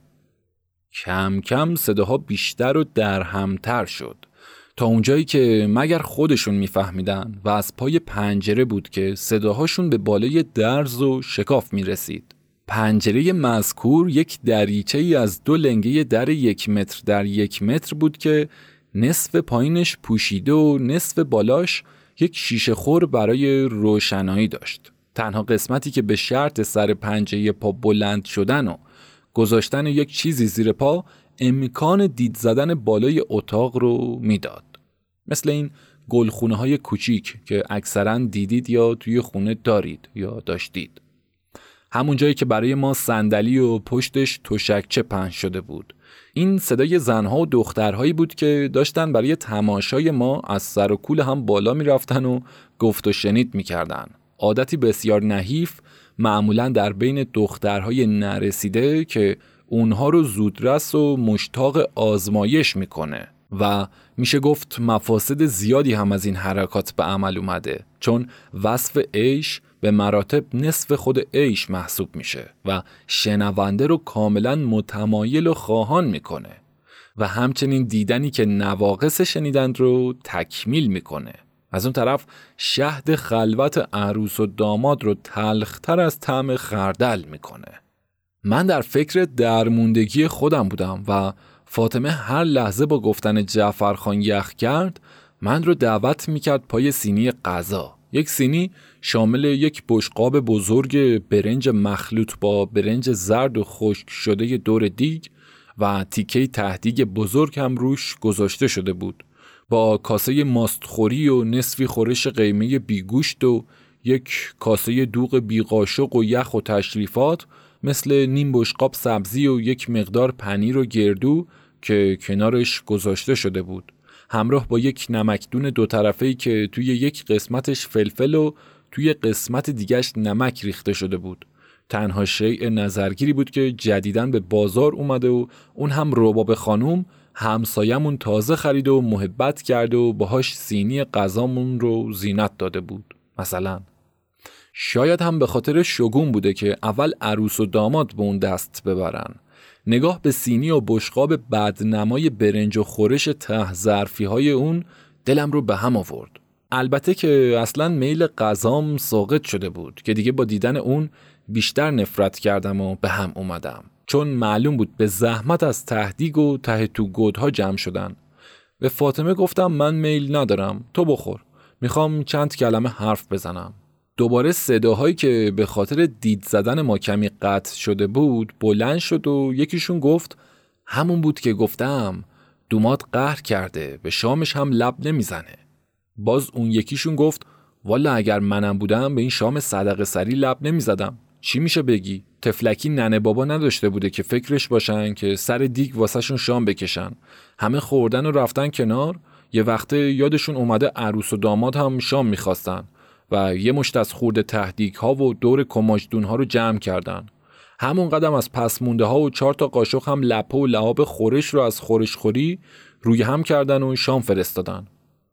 کم کم صداها بیشتر و درهمتر شد تا اونجایی که مگر خودشون میفهمیدن و از پای پنجره بود که صداهاشون به بالای درز و شکاف میرسید. پنجره مذکور یک دریچه ای از دو لنگه در یک متر در یک متر بود که نصف پایینش پوشیده و نصف بالاش یک شیشه خور برای روشنایی داشت. تنها قسمتی که به شرط سر پنجه پا بلند شدن و گذاشتن یک چیزی زیر پا امکان دید زدن بالای اتاق رو میداد. مثل این گلخونه های کوچیک که اکثراً دیدید یا توی خونه دارید یا داشتید. همون جایی که برای ما صندلی و پشتش تشکچه پهن شده بود. این صدای زنها و دخترهایی بود که داشتن برای تماشای ما از سر و کول هم بالا می رفتن و گفت و شنید می کردن. عادتی بسیار نحیف معمولاً در بین دخترهای نرسیده که اونها رو زودرس و مشتاق آزمایش میکنه و میشه گفت مفاسد زیادی هم از این حرکات به عمل اومده، چون وصف عیش به مراتب نصف خود عیش محسوب میشه و شنونده رو کاملا متمایل و خواهان میکنه و همچنین دیدنی که نواقص شنیدن رو تکمیل میکنه. از اون طرف شهد خلوت عروس و داماد رو تلختر از طعم خردل میکنه. من در فکر درموندگی خودم بودم و فاطمه هر لحظه با گفتن جعفر خان یخ کرد من رو دعوت میکرد پای سینی غذا. یک سینی شامل یک بشقاب بزرگ برنج مخلوط با برنج زرد و خشک شده دور دیگ و تیکه تهدیگ بزرگ هم روش گذاشته شده بود، با کاسه ماستخوری و نصفی خورش قیمه بیگوشت و یک کاسه دوغ بیقاشق و یخ و تشریفات مثل نیم بشقاب سبزی و یک مقدار پنیر و گردو که کنارش گذاشته شده بود، همراه با یک نمکدون دو طرفه‌ای که توی یک قسمتش فلفل و توی قسمت دیگهش نمک ریخته شده بود. تنها شیء نظرگیری بود که جدیداً به بازار اومده و اون هم رباب خانوم همسایمون تازه خرید و محبت کرد و باهاش سینی غذامون رو زینت داده بود. مثلا شاید هم به خاطر شگون بوده که اول عروس و داماد به اون دست ببرن. نگاه به سینی و بشقاب بدنمای برنج و خورش ته ظرفی های اون دلم رو به هم آورد. البته که اصلا میل غذام ساقط شده بود که دیگه با دیدن اون بیشتر نفرت کردم و به هم اومدم، چون معلوم بود به زحمت از تهدیگ و ته تو گودها جمع شدن. به فاطمه گفتم من میل ندارم، تو بخور، میخوام چند کلمه حرف بزنم. دوباره صداهایی که به خاطر دید زدن ما کمی قطع شده بود بلند شد و یکیشون گفت همون بود که گفتم دوماد قهر کرده، به شامش هم لب نمیزنه. باز اون یکیشون گفت والا اگر منم بودم به این شام صدقه سری لب نمیزدم. چی میشه بگی؟ تفلکی ننه بابا نداشته بوده که فکرش باشن که سر دیگ واسه شون شام بکشن. همه خوردن و رفتن کنار. یه وقته یادشون اومده عروس و داماد هم شام میخواستن و یه مشت از خورده تهدیگ ها و دور کماجدون ها رو جمع کردن. همون قدم از پس مونده ها و چهار تا قاشق هم لپه و لعاب خورش رو از خورش خوری روی هم کردن و شام فرستادن.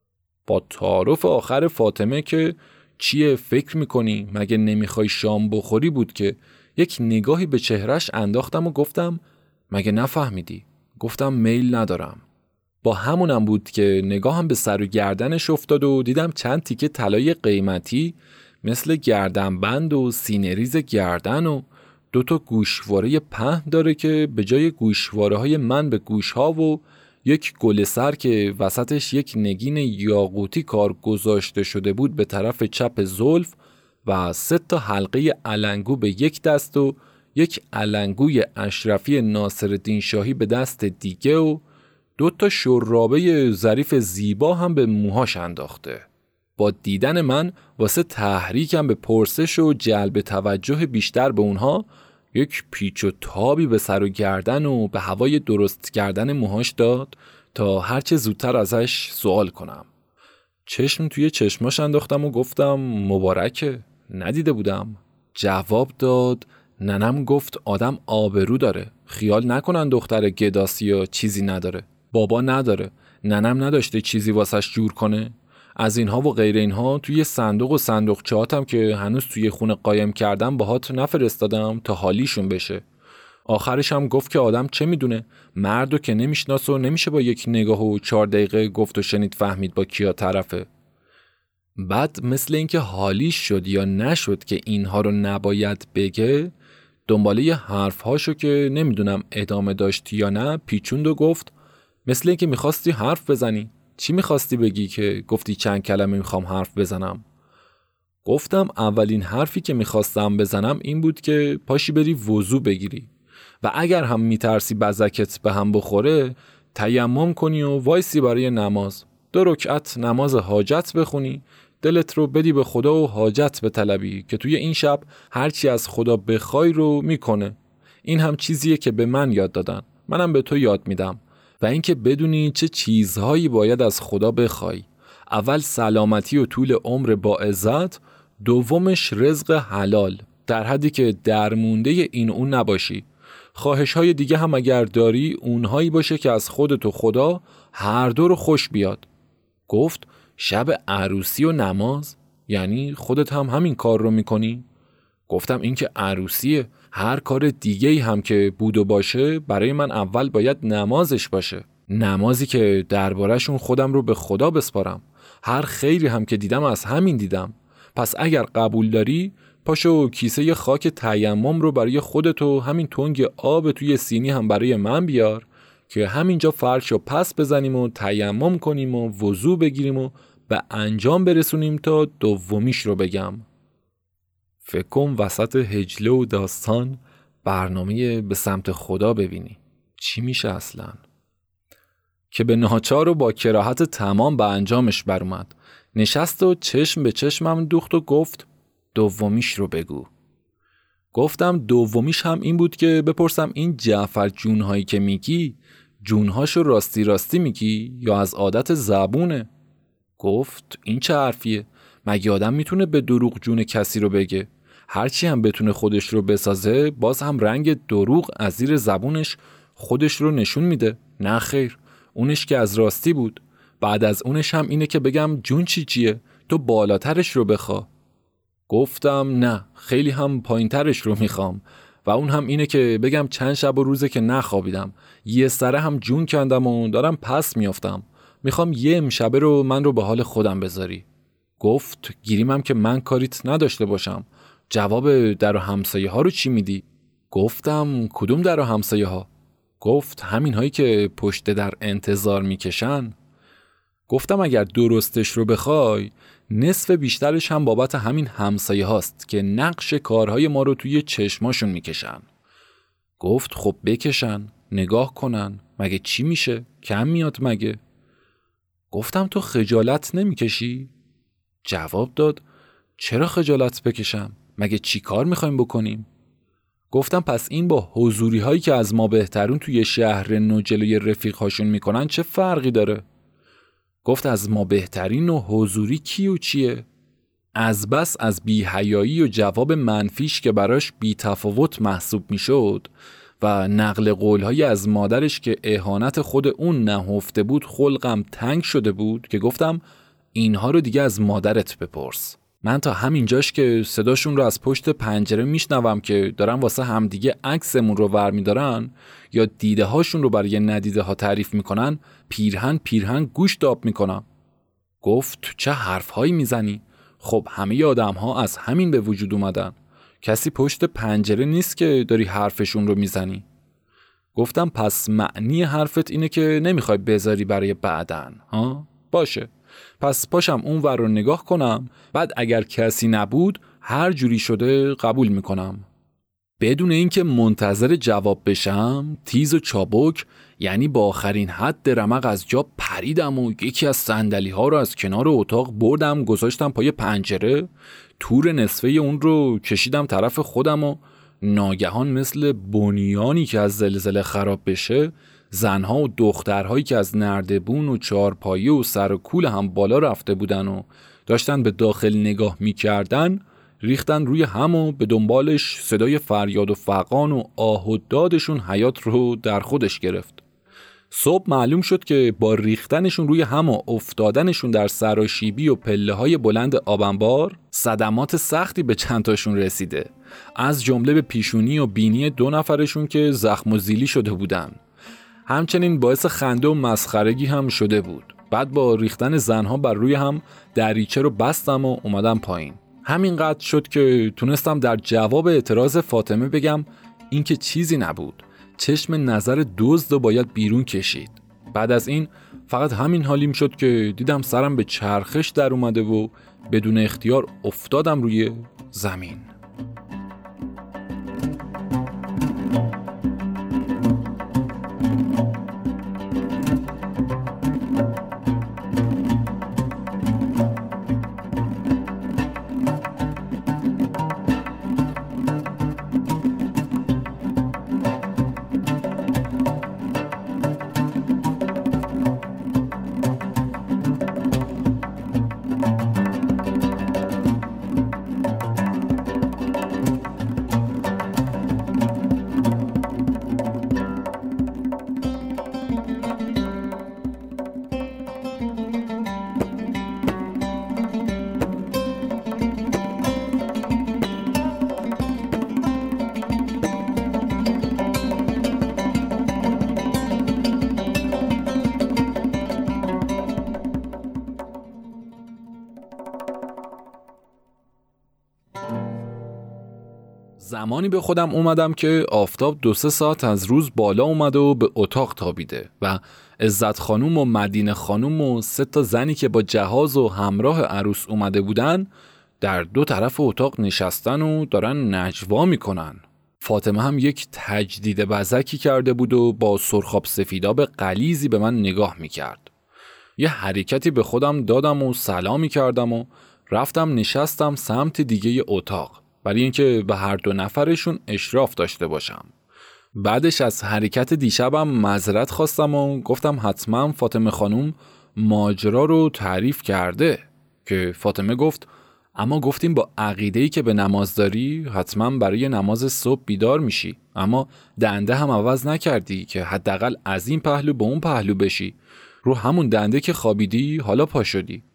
با تعارف آخر فاطمه که چیه فکر میکنی مگه نمیخوای شام بخوری بود که یک نگاهی به چهرش انداختم و گفتم مگه نفهمیدی؟ گفتم میل ندارم. با همونم بود که نگاهم به سر و گردنش افتاد و دیدم چند تیکه طلای قیمتی مثل گردنبند و سینه‌ریز گردن و دو تا گوشواره پهن داره که به جای گوشواره های من به گوش ها و یک گل سر که وسطش یک نگین یاقوتی کار گذاشته شده بود به طرف چپ زلف و سه تا حلقه علنگو به یک دست و یک علنگوی اشرفی ناصرالدین شاهی به دست دیگه و دو تا شرابه ظریف زیبا هم به موهاش انداخته. با دیدن من واسه تحریکم به پرسش و جلب توجه بیشتر به اونها یک پیچ و تابی به سر و گردن و به هوای درست کردن موهاش داد تا هرچه زودتر ازش سوال کنم. چشم توی چشماش انداختم و گفتم مبارکه، ندیده بودم. جواب داد ننم گفت آدم آبرو داره، خیال نکنن دختر گداسی یا چیزی نداره. بابا نداره، ننم نداشته چیزی واسش جور کنه. از اینها و غیر اینها توی صندوق و صندوقچه‌هاتم که هنوز توی خونه قایم کردم باهات نفرستادم تا حالیشون بشه. آخرش هم گفت که آدم چه میدونه، مردو که نمیشناسه و نمیشه با یک نگاه و چهار دقیقه گفت و شنید فهمید با کیا طرفه. بعد مثل اینکه حالیش شد یا نشد که اینها رو نباید بگه، دنباله ی حرفهاشو که نمیدونم ادامه داشت یا نه پیچوند و گفت مثل اینکه میخواستی حرف بزنی. چی میخواستی بگی که گفتی چند کلمه میخوام حرف بزنم؟ گفتم اولین حرفی که میخواستم بزنم این بود که پاشی بری وضو بگیری و اگر هم میترسی بزکت به هم بخوره تیمم کنی و وایسی برای نماز، دو رکعت نماز حاجت بخونی، دلت رو بدی به خدا و حاجت به طلبی که توی این شب هرچی از خدا بخوای رو میکنه. این هم چیزیه که به من یاد دادن، منم به تو یاد میدم. و اینکه بدونی چه چیزهایی باید از خدا بخوای. اول سلامتی و طول عمر با عزت، دومش رزق حلال در حدی که درمونده این اون نباشی. خواهش‌های دیگه هم اگر داری اونهایی باشه که از خودت و خدا هر دو رو خوش بیاد. گفت شب عروسی و نماز یعنی خودت هم همین کار رو میکنی؟ گفتم این که عروسیه، هر کار دیگه‌ای هم که بود و باشه برای من اول باید نمازش باشه. نمازی که درباره‌شون خودم رو به خدا بسپارم. هر خیری هم که دیدم از همین دیدم. پس اگر قبول داری پاشو کیسه ی خاک تیمم رو برای خودت و همین تنگ آب توی سینی هم برای من بیار که همینجا فرش رو پس بزنیم و تیمم کنیم و وضو بگیریم و به انجام برسونیم تا دومیش رو بگم. فکر کن وسط هجله و داستان برنامه به سمت خدا ببینی چی میشه اصلا. که به ناچار و با کراهت تمام به انجامش بر اومد. نشست و چشم به چشمم دوخت و گفت دومیش رو بگو. گفتم دومیش هم این بود که بپرسم این جعفر جونهایی که میگی جونهاشو راستی راستی میگی یا از عادت زبونه؟ گفت این چه حرفیه؟ مگه آدم میتونه به دروغ جون کسی رو بگه؟ هرچی هم بتونه خودش رو بسازه باز هم رنگ دروغ از زیر زبونش خودش رو نشون میده. نه خیر، اونش که از راستی بود. بعد از اونش هم اینه که بگم جون چی چیه؟ تو بالاترش رو بخوا. گفتم نه، خیلی هم پایینترش رو میخوام و اون هم اینه که بگم چند شب و روزه که نخوابیدم، یه سره هم جون کندم و دارم پس میافتم. میخوام یه امشبه رو من رو به حال خودم بذاری. گفت گیریمم که من کاریت نداشته باشم، جواب در و همسایه ها رو چی میدی؟ گفتم کدوم در و همسایه ها؟ گفت همین هایی که پشت در انتظار میکشن. گفتم اگر درستش رو بخوای نصف بیشترش هم بابت همین همسایه هاست که نقش کارهای ما رو توی چشماشون میکشن. گفت خب بکشن، نگاه کنن، مگه چی میشه؟ کم میاد مگه؟ گفتم تو خجالت نمیکشی؟ جواب داد چرا خجالت بکشم؟ مگه چی کار میخوایم بکنیم؟ گفتم پس این با حضوری هایی که از ما بهترون توی شهر نو جلوی رفیق هاشون میکنن چه فرقی داره؟ گفت از ما بهترین و حضوری کی و چیه؟ از بس از بی‌حیایی و جواب منفیش که براش بی تفاوت محسوب میشد و نقل قولهایی از مادرش که اهانت خود اون نهفته بود خلقم تنگ شده بود که گفتم اینها رو دیگه از مادرت بپرس. من تا همینجاش که صداشون رو از پشت پنجره میشنوم که دارن واسه همدیگه عکسمون رو ور میدارن یا دیده هاشون رو برای ندیده ها تعریف میکنن پیرهن پیرهن گوش داب میکنم. گفت چه حرف هایی میزنی؟ خب همه آدم ها از همین به وجود اومدن، کسی پشت پنجره نیست که داری حرفشون رو میزنی. گفتم پس معنی حرفت اینه که نمیخوای بذاری برای بعدن ها؟ باشه، پس پاشم اون ور رو نگاه کنم، بعد اگر کسی نبود هر جوری شده قبول میکنم. بدون اینکه منتظر جواب بشم تیز و چابک، یعنی با آخرین حد رمق از جا پریدم و یکی از صندلی ها رو از کنار اتاق بردم گذاشتم پای پنجره، تور نصفه اون رو کشیدم طرف خودم و ناگهان مثل بنیانی که از زلزله خراب بشه زنها و دخترهایی که از نردبون و چارپایه و سر و کول هم بالا رفته بودن و داشتن به داخل نگاه میکردن ریختن روی هم و به دنبالش صدای فریاد و فغان و آه و دادشون حیات رو در خودش گرفت. صبح معلوم شد که با ریختنشون روی هم و افتادنشون در سراشیبی و پله های بلند آبنبار صدمات سختی به چند تاشون رسیده، از جمله به پیشونی و بینی دو نفرشون که زخم و زیلی شده بودن. همچنین باعث خنده و مسخرگی هم شده بود. بعد با ریختن زنها بر روی هم دریچه رو بستم و اومدم پایین. همینقدر شد که تونستم در جواب اعتراض فاطمه بگم این که چیزی نبود، چشم نظر دزد رو باید بیرون کشید. بعد از این فقط همین حالیم شد که دیدم سرم به چرخش در اومده و بدون اختیار افتادم روی زمین. زمانی به خودم اومدم که آفتاب دو سه ساعت از روز بالا اومده و به اتاق تابیده و عزت خانوم و مدینه خانوم و سه تا زنی که با جهاز و همراه عروس اومده بودن در دو طرف اتاق نشستن و دارن نجوا میکنن. فاطمه هم یک تجدید بزکی کرده بود و با سرخاب سفیداب غلیظی به من نگاه میکرد. یه حرکتی به خودم دادم و سلامی کردم و رفتم نشستم سمت دیگه اتاق برای اینکه به هر دو نفرشون اشراف داشته باشم. بعدش از حرکت دیشبم معذرت خواستم و گفتم حتما فاطمه خانوم ماجرا رو تعریف کرده، که فاطمه گفت اما گفتیم با عقیده‌ای که به نماز داری حتما برای نماز صبح بیدار میشی، اما دنده هم عوض نکردی که حداقل از این پهلو به اون پهلو بشی، رو همون دنده که خوابیدی حالا پا شدی.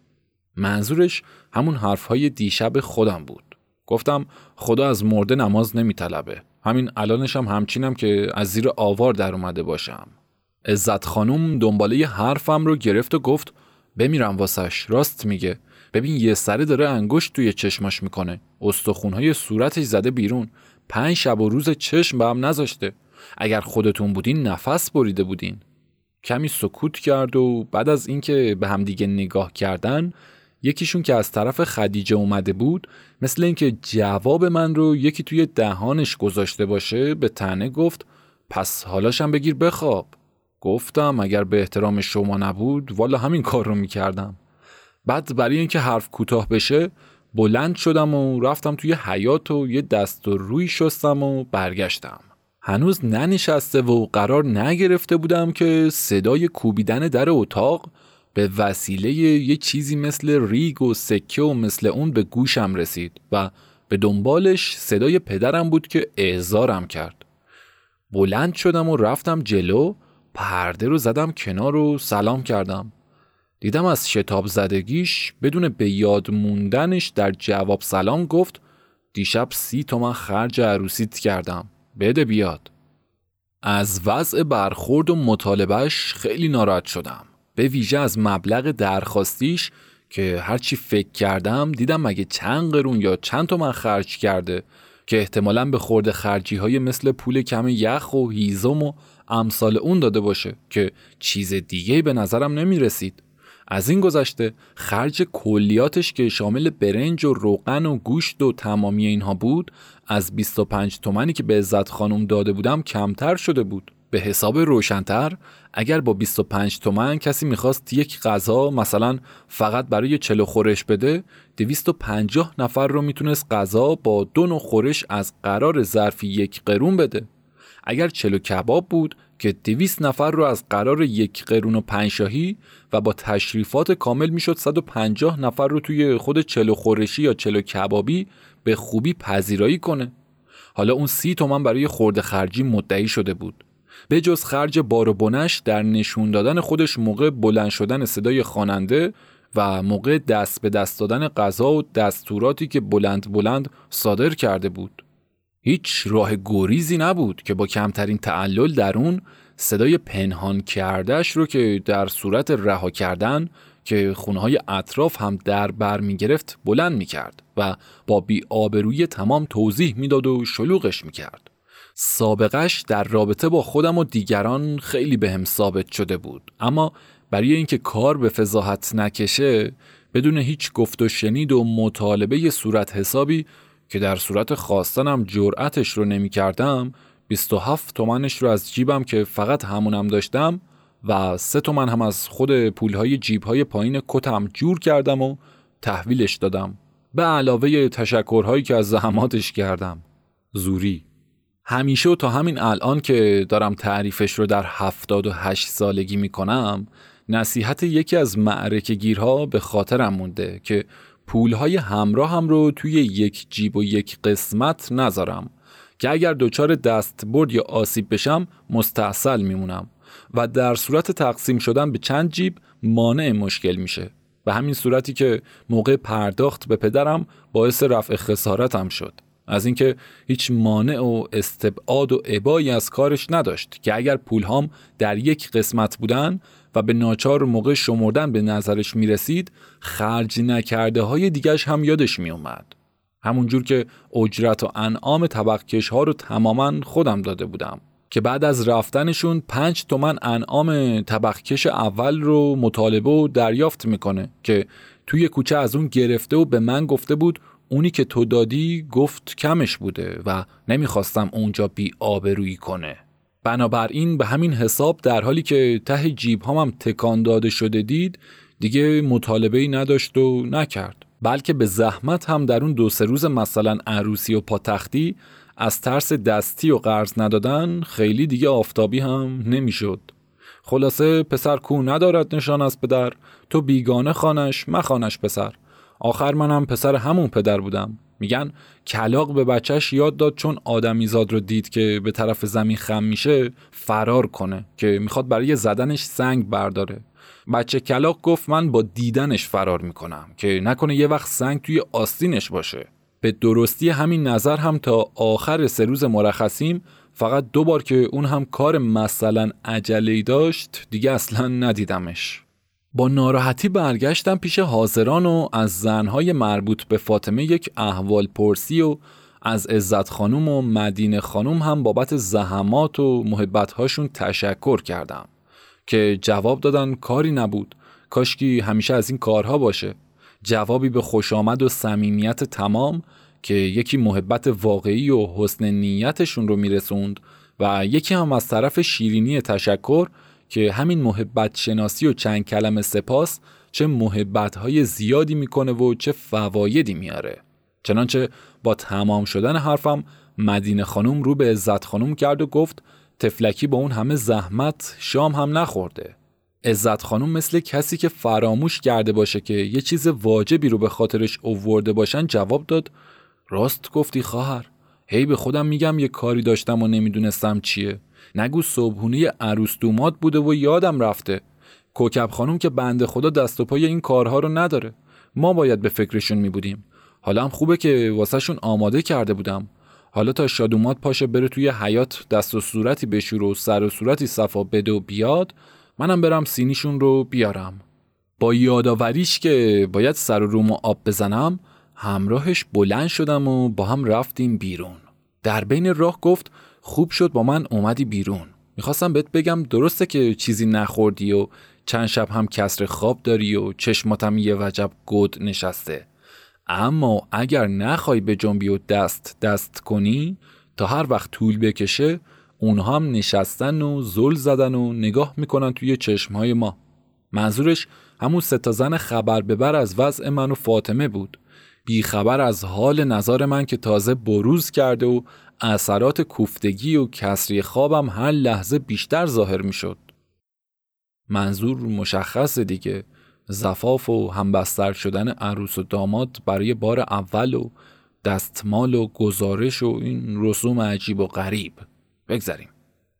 منظورش همون حرفهای دیشب خودم بود. گفتم خدا از مرده نماز نمیطلبه، همین الانش هم همچینم که از زیر آوار در اومده باشم. عزت خانوم دنباله حرفم رو گرفت و گفت بمیرم واسش، راست میگه، ببین یه سره داره انگشت توی چشماش میکنه، استخونهای صورتش زده بیرون، پنج شب و روز چشم به هم نذاشته. اگر خودتون بودین نفس بریده بودین. کمی سکوت کرد و بعد از اینکه به هم دیگه نگاه کردن، یکیشون که از طرف خدیجه اومده بود مثل اینکه جواب من رو یکی توی دهانش گذاشته باشه به طعنه گفت پس حالاشم بگیر بخواب. گفتم اگر به احترام شما نبود والا همین کار رو میکردم. بعد برای اینکه حرف کوتاه بشه بلند شدم و رفتم توی حیاط و یه دست و روی شستم و برگشتم. هنوز ننشسته و قرار نگرفته بودم که صدای کوبیدن در اتاق به وسیله یه چیزی مثل ریگ و سکه و مثل اون به گوشم رسید و به دنبالش صدای پدرم بود که اعزارم کرد. بلند شدم و رفتم جلو، پرده رو زدم کنار و سلام کردم. دیدم از شتاب زدگیش بدون به یاد موندنش در جواب سلام گفت دیشب سی تومن خرج عروسیت کردم، بده بیاد. از وضع برخورد و مطالبهش خیلی ناراحت شدم، به ویژه از مبلغ درخواستیش که هرچی فکر کردم دیدم مگه چند قرون یا چند تومن خرج کرده که احتمالاً به خورده خرجی های مثل پول کم یخ و هیزم و امثال اون داده باشه که چیز دیگه به نظرم نمی رسید. از این گذشته خرج کلیاتش که شامل برنج و روغن و گوشت و تمامی اینها بود از بیست و پنج تومنی که به عزت خانم داده بودم کمتر شده بود. به حساب روشن‌تر اگر با بیست و پنج تومن کسی میخواست یک غذا مثلا فقط برای چلو خورش بده، دویست و پنجاه نفر رو میتونست غذا با دو نوع خورش از قرار ظرفی یک قرون بده. اگر چلو کباب بود که دویست نفر رو از قرار یک قرون و پنج شاهی و با تشریفات کامل میشد صد و پنجاه نفر رو توی خود چلو خورشی یا چلو کبابی به خوبی پذیرایی کنه. حالا اون سی تومن برای خورده خرجی مدعی شده بود، به جز خرج بار و بنش در نشون دادن خودش موقع بلند شدن صدای خواننده و موقع دست به دست دادن غذا و دستوراتی که بلند بلند صادر کرده بود. هیچ راه گریزی نبود که با کمترین تعلل در اون صدای پنهان کردش رو که در صورت رها کردن که خونه‌های اطراف هم در بر می گرفت بلند می کرد و با بی آبرویی تمام توضیح می داد و شلوغش می کرد. سابقش در رابطه با خودم و دیگران خیلی بهم ثابت شده بود، اما برای اینکه کار به فضاحت نکشه بدون هیچ گفت و شنید و مطالبه صورت حسابی که در صورت خواستنم جرأتش رو نمی کردم، بیست و هفت تومنش رو از جیبم که فقط همونم داشتم و سه تومن هم از خود پولهای جیبهای پایین کتم جور کردم و تحویلش دادم، به علاوه تشکرهایی که از زحماتش کردم. زوری. همیشه و تا همین الان که دارم تعریفش رو در هفتاد و هشت سالگی می کنم، نصیحت یکی از معرکه گیرها به خاطرم مونده که پولهای همراه هم رو توی یک جیب و یک قسمت نذارم که اگر دچار دستبرد یا آسیب بشم مستعسل میمونم و در صورت تقسیم شدن به چند جیب مانع مشکل میشه. به همین صورتی که موقع پرداخت به پدرم باعث رفع خسارتم شد، از اینکه هیچ مانع و استبعاد و ابایی از کارش نداشت که اگر پولهام در یک قسمت بودن و به ناچار موقع شمردن به نظرش میرسید خرج نکرده های دیگرش هم یادش میومد. همونجور که اجرت و انعام طبقکش ها رو تماما خودم داده بودم که بعد از رفتنشون پنج تومن انعام طبقکش اول رو مطالبه و دریافت میکنه که توی کوچه از اون گرفته و به من گفته بود اونی که تو دادی گفت کمش بوده و نمیخواستم اونجا بی آبرویی کنه. بنابراین به همین حساب در حالی که ته جیب هم تکان داده شده دید دیگه مطالبه‌ای نداشت و نکرد، بلکه به زحمت هم در اون دو سه روز مثلا عروسی و پاتختی از ترس دستی و قرض ندادن خیلی دیگه آفتابی هم نمیشد. خلاصه پسر کو ندارد نشان از پدر، تو بیگانه خانش مخانش پسر. آخر منم پسر همون پدر بودم. میگن کلاغ به بچهش یاد داد چون آدمیزاد رو دید که به طرف زمین خم میشه فرار کنه که میخواد برای زدنش سنگ برداره. بچه کلاغ گفت من با دیدنش فرار میکنم که نکنه یه وقت سنگ توی آستینش باشه. به درستی همین نظر هم تا آخر سه روز مرخصیم فقط دو بار که اون هم کار مثلا عجله‌ای داشت دیگه اصلا ندیدمش. با ناراحتی برگشتم پیش حاضران و از زنهای مربوط به فاطمه یک احوال پرسی و از عزت خانم و مدینه خانم هم بابت زحمات و محبت‌هاشون تشکر کردم که جواب دادن کاری نبود، کاشکی همیشه از این کارها باشه. جوابی به خوش آمد و صمیمیت تمام که یکی محبت واقعی و حسن نیتشون رو میرسوند و یکی هم از طرف شیرینی تشکر که همین محبت شناسی و چند کلمه سپاس چه محبت‌های زیادی میکنه و چه فوایدی میاره. چنانچه با تمام شدن حرفم مدینه خانم رو به عزت خانم کرد و گفت تفلکی با اون همه زحمت شام هم نخورده. عزت خانم مثل کسی که فراموش کرده باشه که یه چیز واجبی رو به خاطرش آورده باشن جواب داد راست گفتی خواهر، هی به خودم میگم یه کاری داشتم و نمیدونستم چیه. نگو صبحونه عروس دومات بوده و یادم رفته. کوکب خانم که بنده خدا دست و پای این کارها رو نداره، ما باید به فکرشون میبودیم. حالا هم خوبه که واسه شون آماده کرده بودم. حالا تا شادومات پاشه بره توی حیات دست و صورتی بشور و سر و صورتی صفا بده و بیاد، منم برم سینیشون رو بیارم. با یاداوریش که باید سر و رومو آب بزنم همراهش بلند شدم و با هم رفتیم بیرون. در بین راه گفت خوب شد با من اومدی بیرون. میخواستم بهت بگم درسته که چیزی نخوردی و چند شب هم کسر خواب داری و چشماتم یه وجب گود نشسته، اما اگر نخوای به جنبی و دست دست کنی تا هر وقت طول بکشه اونها هم نشستن و زل زدن و نگاه میکنن توی چشمهای ما. منظورش همون سه تا زن خبر ببر از وضع من و فاطمه بود، بی خبر از حال نظر من که تازه بروز کرده و اثرات کوفتگی و کسری خوابم هر لحظه بیشتر ظاهر میشد. منظور مشخصه دیگه، زفاف و همبستر شدن عروس و داماد برای بار اول و دستمال و گزارش و این رسوم عجیب و غریب. بگذاریم.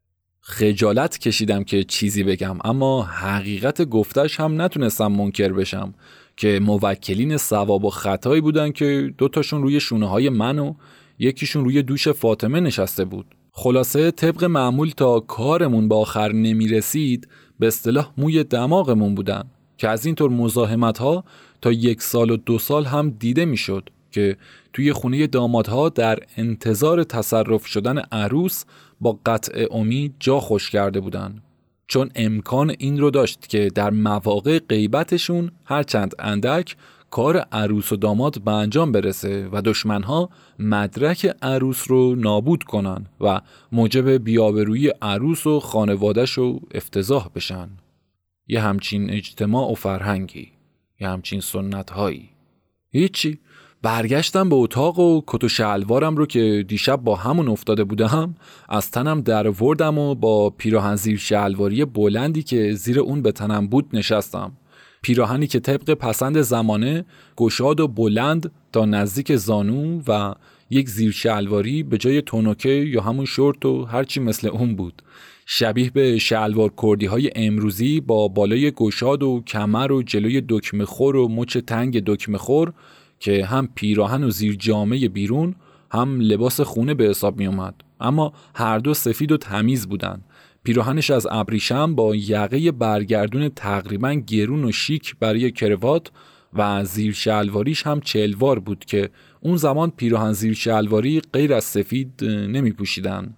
خجالت کشیدم که چیزی بگم، اما حقیقت گفتش هم نتونستم منکر بشم که موکلین ثواب و خطایی بودن که دوتاشون روی شونه های من و یکیشون روی دوش فاطمه نشسته بود. خلاصه طبق معمول تا کارمون به آخر نمی رسید به اصطلاح موی دماغمون بودن که از اینطور مزاحمت ها تا یک سال و دو سال هم دیده می شد که توی خونه دامادها در انتظار تصرف شدن عروس با قطع امید جا خوش کرده بودن، چون امکان این رو داشت که در مواقع غیبتشون هرچند اندک کار عروس و داماد به انجام برسه و دشمنها مدرک عروس رو نابود کنن و موجب بی‌آبرویی عروس و خانواده‌ش رو افتضاح بشن. یه همچین اجتماع و فرهنگی، یه همچین سنت‌هایی. هیچی، برگشتم به اتاق و کت و شلوارم رو که دیشب با همون افتاده بودم از تنم درآوردم و با پیراهن زیر شلواری بلندی که زیر اون به تنم بود نشستم. پیراهنی که طبق پسند زمانه گشاد و بلند تا نزدیک زانو و یک زیر شلواری به جای تونوکه یا همون شورت و هرچی مثل اون بود، شبیه به شلوار کردی های امروزی با بالای گشاد و کمر و جلوی دکمه خور و مچ تنگ دکمه خور که هم پیراهن و زیر جامه بیرون هم لباس خونه به حساب می اومد، اما هر دو سفید و تمیز بودن. پیراهنش از ابریشم با یقه برگردون تقریبا گرون و شیک برای کروات و زیر شلواریش هم چلوار بود که اون زمان پیراهن زیر شلواری غیر از سفید نمی پوشیدن،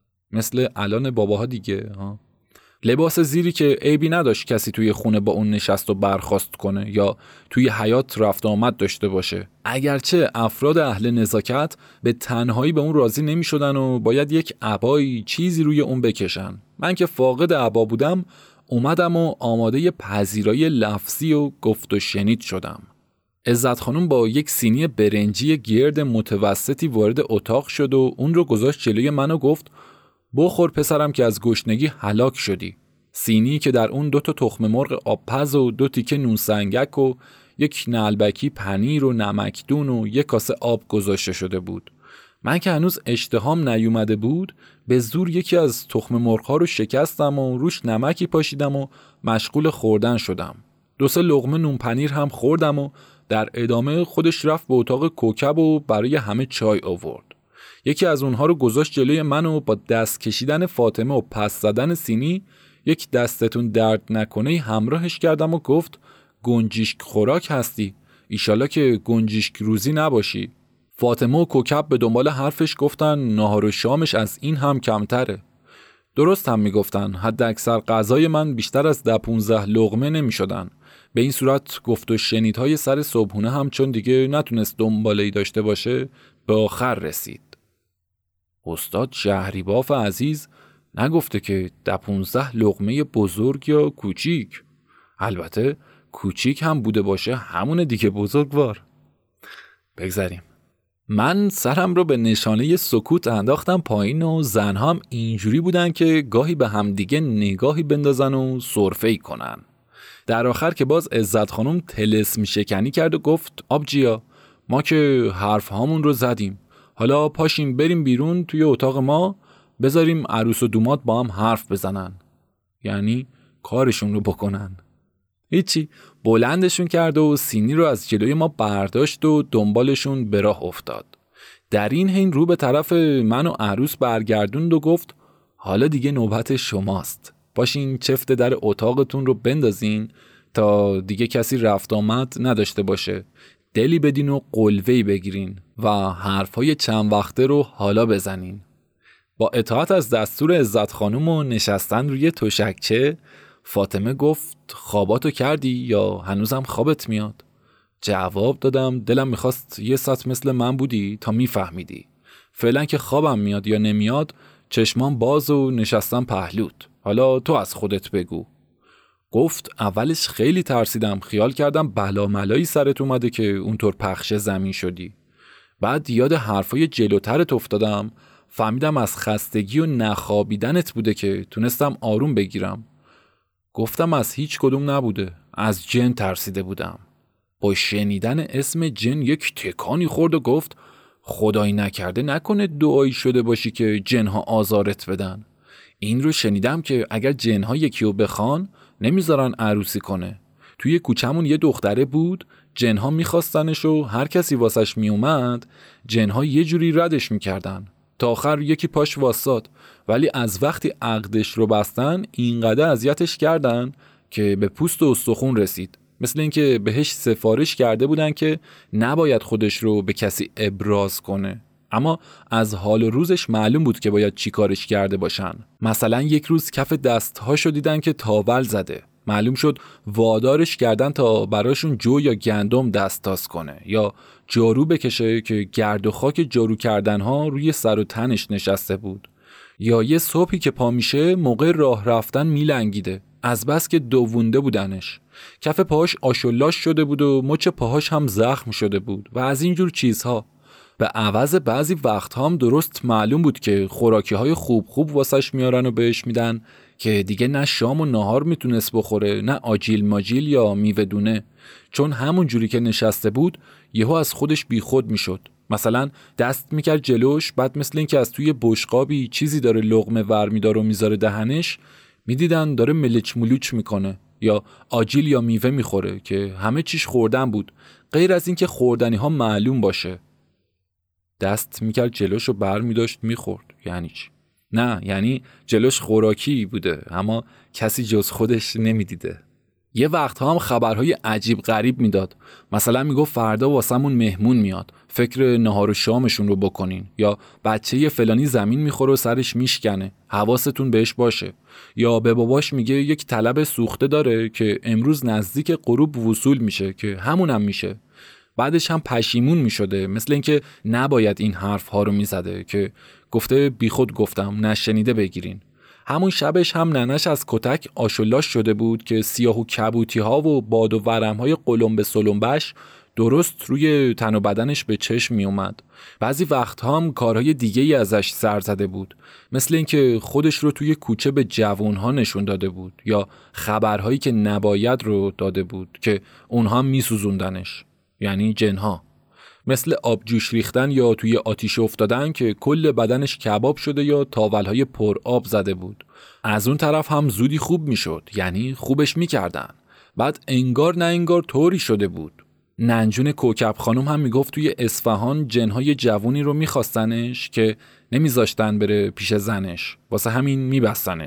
مثل الان باباها دیگه ها. لباس زیری که عیبی نداشت کسی توی خونه با اون نشست و برخاست کنه یا توی حیات رفت آمد داشته باشه، اگرچه افراد اهل نزاکت به تنهایی به اون راضی نمی شدن و باید یک عبایی چیزی روی اون بکشن. من که فاقد عبا بودم اومدم و آماده پذیرایی لفظی و گفت و شنید شدم. عزت خانم با یک سینی برنجی گرد متوسطی وارد اتاق شد و اون رو گذاشت جلوی من و گفت بخور پسرم که از گشنگی هلاک شدی. سینی که در اون دو تا تخم مرغ آبپز و دو تیکه نون سنگک و یک نعلبکی پنیر و نمکدون و یک کاسه آب گذاشته شده بود. من که هنوز اشتهام نیومده بود به زور یکی از تخم مرغ‌ها رو شکستم و روش نمکی پاشیدم و مشغول خوردن شدم. دو سه لقمه نون پنیر هم خوردم و در ادامه خودش رفت به اتاق کوکب و برای همه چای آورد. یکی از اونها رو گذاشت جلوی من و با دست کشیدن فاطمه و پس زدن سینی یک دستتون درد نکنه همراهش کردم و گفت گنجیشک خوراک هستی، ایشالا که گنجیشک روزی نباشی. فاطمه و کوکب به دنبال حرفش گفتن ناهار و شامش از این هم کمتره. درست هم میگفتن، حد اکثر غذای من بیشتر از ده پونزده لقمه نمی شدن. به این صورت گفت و شنیدهای سر صبحونه هم چون دیگه نتونست دنباله‌ای داشته باشه به آخر رسید. استاد شهریباف عزیز نگفته که ده پونزده لقمه بزرگ یا کوچیک؟ البته کوچیک هم بوده باشه همون دیگه بزرگوار. بگذاریم. من سرم رو به نشانه سکوت انداختم پایین و زنها هم اینجوری بودن که گاهی به هم دیگه نگاهی بندازن و سرفه‌ای کنن. در آخر که باز عزت خانم طلسم شکنی کرد و گفت آبجیا ما که حرف هامون رو زدیم، حالا پاشیم بریم بیرون توی اتاق ما، بذاریم عروس و دومات با هم حرف بزنن، یعنی کارشون رو بکنن. هیچی، بلندشون کرد و سینی رو از جلوی ما برداشت و دنبالشون به راه افتاد. در این حین رو به طرف من و عروس برگردوند و گفت حالا دیگه نوبت شماست، پاشین چفت در اتاقتون رو بندازین تا دیگه کسی رفت آمد نداشته باشه، دلی بدین و قلوه‌ای بگیرین و حرفای چند وقته رو حالا بزنین. با اطاعت از دستور عزت خانم و نشستن روی تشکچه، فاطمه گفت خواباتو کردی یا هنوزم خوابت میاد؟ جواب دادم دلم میخواست یه ساعت مثل من بودی تا میفهمیدی. فعلا که خوابم میاد یا نمیاد چشمان باز و نشستم پهلوت، حالا تو از خودت بگو. گفت اولش خیلی ترسیدم، خیال کردم بلا ملایی سرت اومده که اونطور پخش زمین شدی. بعد یاد حرفای جلوترت افتادم، فهمیدم از خستگی و نخوابیدنت بوده که تونستم آروم بگیرم. گفتم از هیچ کدوم نبوده، از جن ترسیده بودم. با شنیدن اسم جن یک تکانی خورد و گفت خدایی نکرده نکنه دعایی شده باشی که جنها آزارت بدن. این رو شنیدم که اگر جنها یکیو بخوان نمیذارن عروسی کنه. توی کوچمون یه دختره بود، جنها میخواستنش و هر کسی واسش میومد جنها یه جوری ردش میکردن تا آخر یکی پاش واساد، ولی از وقتی عقدش رو بستن اینقدر اذیتش کردن که به پوست و استخون رسید. مثل اینکه بهش سفارش کرده بودن که نباید خودش رو به کسی ابراز کنه، اما از حال و روزش معلوم بود که باید چی کارش کرده باشن. مثلا یک روز کف دستهاشو دیدن که تاول زده، معلوم شد وادارش کردن تا براشون جو یا گندم دست تاز کنه یا جارو بکشه که گرد و خاک جارو کردنها روی سر و تنش نشسته بود، یا یه صبحی که پا میشه موقع راه رفتن میلنگیده از بس که دوونده بودنش، کف پاهاش آشولاش شده بود و مچ پاهاش هم زخم شده بود و از اینجور چیزها. به عوض بعضی وقتها هم درست معلوم بود که خوراکی های خوب خوب واسش میارن و بهش میدن که دیگه نه شام و نهار میتونست بخوره نه آجیل ماجیل یا میوه دونه، چون همون جوری که نشسته بود یهو از خودش بیخود میشد. مثلا دست میکرد جلوش، بعد مثل این که از توی بشقابی چیزی داره لقمه ور میداره و میذاره دهنش، میدیدن داره ملچ ملوچ میکنه یا آجیل یا میوه میخوره که همه چیش خوردن بود غیر از این که خوردنی ها معلوم باشه. دست میکرد جلوش رو بر میداشت میخورد، یعنی چی؟ نه، یعنی جلوش خوراکی بوده اما کسی جز خودش نمیدیده. یه وقتها هم خبرهای عجیب غریب میداد، مثلا میگفت فردا واسمون مهمون میاد، فکر نهار و شامشون رو بکنین، یا بچه یه فلانی زمین میخوره و سرش میشکنه، حواستون بهش باشه، یا به باباش میگه یک طلب سوخته داره که امروز نزدیک غروب وصول میشه که همونم میشه. بعدش هم پشیمون میشده، مثل اینکه نباید این حرف ها رو میزده که گفته بیخود گفتم نشنیده بگیرین. همون شبش هم ننش از کتک آشولاش شده بود که سیاه و کبوتی ها و باد و ورم های قلمب سلمبش درست روی تن و بدنش به چشم می اومد. بعضی وقتها هم کارهای دیگه ای ازش سر زده بود، مثل اینکه خودش رو توی کوچه به جوانها نشون داده بود یا خبرهایی که نباید رو داده بود که اونها می سوزوندنش، یعنی جنها. مثل آب جوش ریختن یا توی آتیش افتادن که کل بدنش کباب شده یا تاولهای پر آب زده بود. از اون طرف هم زودی خوب میشد، یعنی خوبش میکردن. بعد انگار نه انگار طوری شده بود. ننجون کوکب خانم هم میگفت توی اصفهان جنهای جوونی رو میخواستنش که نمیذاشتن بره پیش زنش، واسه همین میبستنش.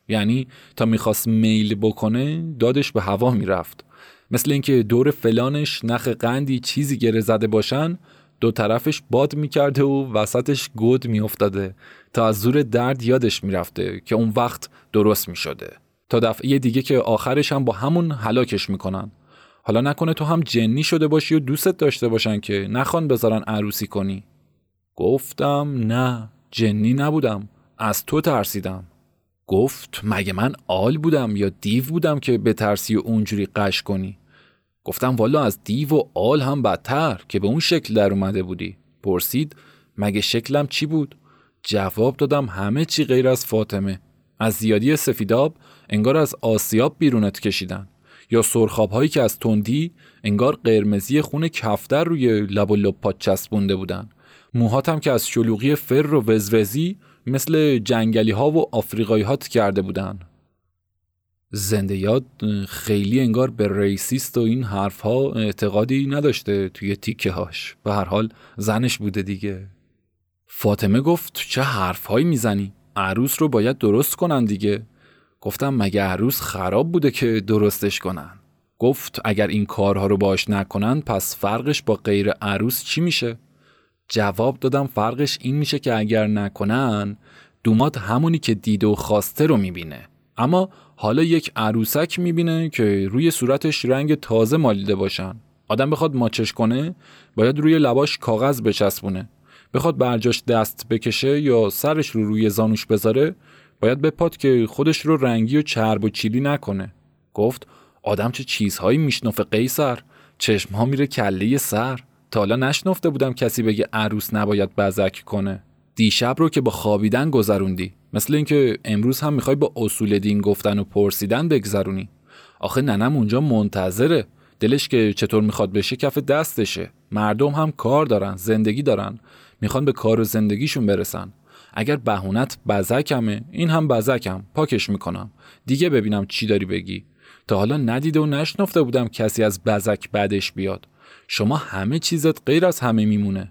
یعنی تا میخواست میل بکنه دادش به هوا میرفت. مثل اینکه دور فلانش نخ قندی چیزی گره زده باشن، دو طرفش باد میکرده و وسطش گود میافتاده تا از زور درد یادش میرفته که اون وقت درست میشده، تا دفعه دیگه که آخرش هم با همون هلاکش میکنن. حالا نکنه تو هم جنی شده باشی و دوستت داشته باشن که نخوان بذارن عروسی کنی. گفتم نه، جنی نبودم، از تو ترسیدم. گفت مگه من آل بودم یا دیو بودم که بترسی و اونجوری قش کنی؟ گفتم والا از دیو و آل هم بدتر که به اون شکل در اومده بودی. پرسید مگه شکلم چی بود؟ جواب دادم همه چی غیر از فاطمه. از زیادی سفیداب انگار از آسیاب بیرونت کشیدن، یا سرخاب هایی که از تندی انگار قرمزی خون کفتر روی لب و لپات چسبونده بودن. موهاتم که از شلوغی فر و وزوزی مثل جنگلی ها و آفریقایی هات کرده بودن. زنده یاد خیلی انگار به ریسیست و این حرف ها اعتقادی نداشته توی تیکه هاش. به هر حال زنش بوده دیگه. فاطمه گفت چه حرف هایی میزنی؟ عروس رو باید درست کنن دیگه. گفتم مگه عروس خراب بوده که درستش کنن؟ گفت اگر این کارها رو باش نکنن پس فرقش با غیر عروس چی میشه؟ جواب دادم فرقش این میشه که اگر نکنن دوماد همونی که دیده و خواسته رو میبینه، اما حالا یک عروسک میبینه که روی صورتش رنگ تازه مالیده باشن. آدم بخواد ماچش کنه باید روی لباش کاغذ بچسبونه، بخواد برجاش دست بکشه یا سرش رو روی زانوش بذاره باید بپاد که خودش رو رنگی و چرب و چیلی نکنه. گفت آدم چه چیزهایی میشنفه قیصر، چشمها میره کله سر. تا حالا نشنفته بودم کسی بگه عروس نباید بزک کنه. دیشب رو که با خوابیدن گذروندی، مثل اینکه امروز هم میخوای با اصول دین گفتن و پرسیدن بگذرونی. آخه ننم اونجا منتظره، دلش که چطور میخواد بشه کف دستشه. مردم هم کار دارن، زندگی دارن، میخوان به کار و زندگیشون برسن. اگر بهونت بزکمه این هم بزکم، پاکش میکنم دیگه، ببینم چی داری بگی. تا حالا ندیده و نشنفته بودم کسی از بزک بعدش بیاد. شما همه چیزت غیر از همه میمونه.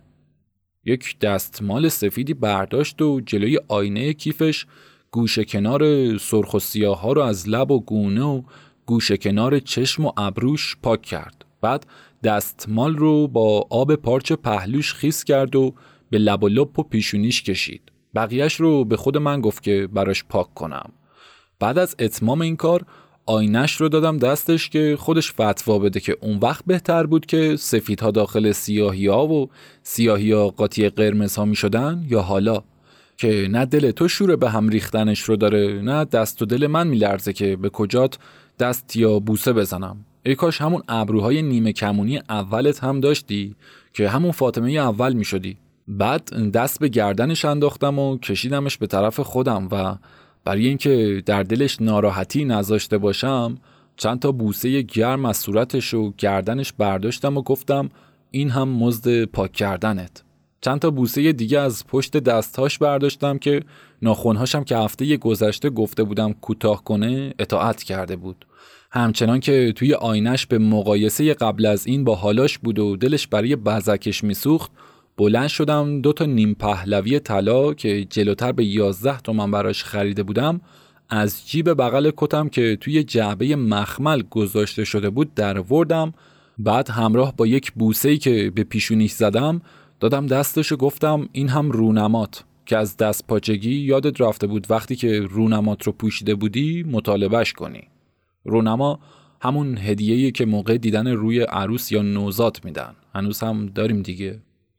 یک دستمال سفیدی برداشت و جلوی آینه کیفش گوشه کنار سرخ و سیاه ها رو از لب و گونه و گوشه کنار چشم و ابروش پاک کرد. بعد دستمال رو با آب پارچ پهلوش خیس کرد و به لب و لب و پیشونیش کشید. بقیهش رو به خود من گفت که براش پاک کنم. بعد از اتمام این کار آینش رو دادم دستش که خودش فتوا بده که اون وقت بهتر بود که سفیدها داخل سیاهی ها و سیاهی ها قاطی قرمز ها می شدن یا حالا که نه دل تو شوره به هم ریختنش رو داره، نه دست و دل من می لرزه که به کجات دست یا بوسه بزنم. ای کاش همون ابروهای نیمه کمونی اولت هم داشتی که همون فاطمه اول می شدی. بعد دست به گردنش انداختم و کشیدمش به طرف خودم و برای اینکه در دلش ناراحتی نذاشته باشم چند تا بوسه گرم از صورتش و گردنش برداشتم و گفتم این هم مزد پاک کردنت. چند تا بوسه دیگه از پشت دستهاش برداشتم که ناخنهاشم که هفته گذشته گفته بودم کوتاه کنه اطاعت کرده بود. همچنان که توی آینش به مقایسه قبل از این با حالاش بود و دلش برای بزکش میسوخت، بلند شدم دو تا نیم پهلوی طلا که جلوتر به یازده تومن براش خریده بودم از جیب بغل کتم که توی جعبه مخمل گذاشته شده بود در وردم. بعد همراه با یک بوسه‌ای که به پیشونیش زدم دادم دستش و گفتم این هم رونمات که از دست پاچگی یادت رفته بود وقتی که رونمات رو پوشیده بودی مطالبهش کنی. رونما همون هدیه‌ای که موقع دیدن روی عروس یا نوزاد میدن، هنوز هم داریم دیگه.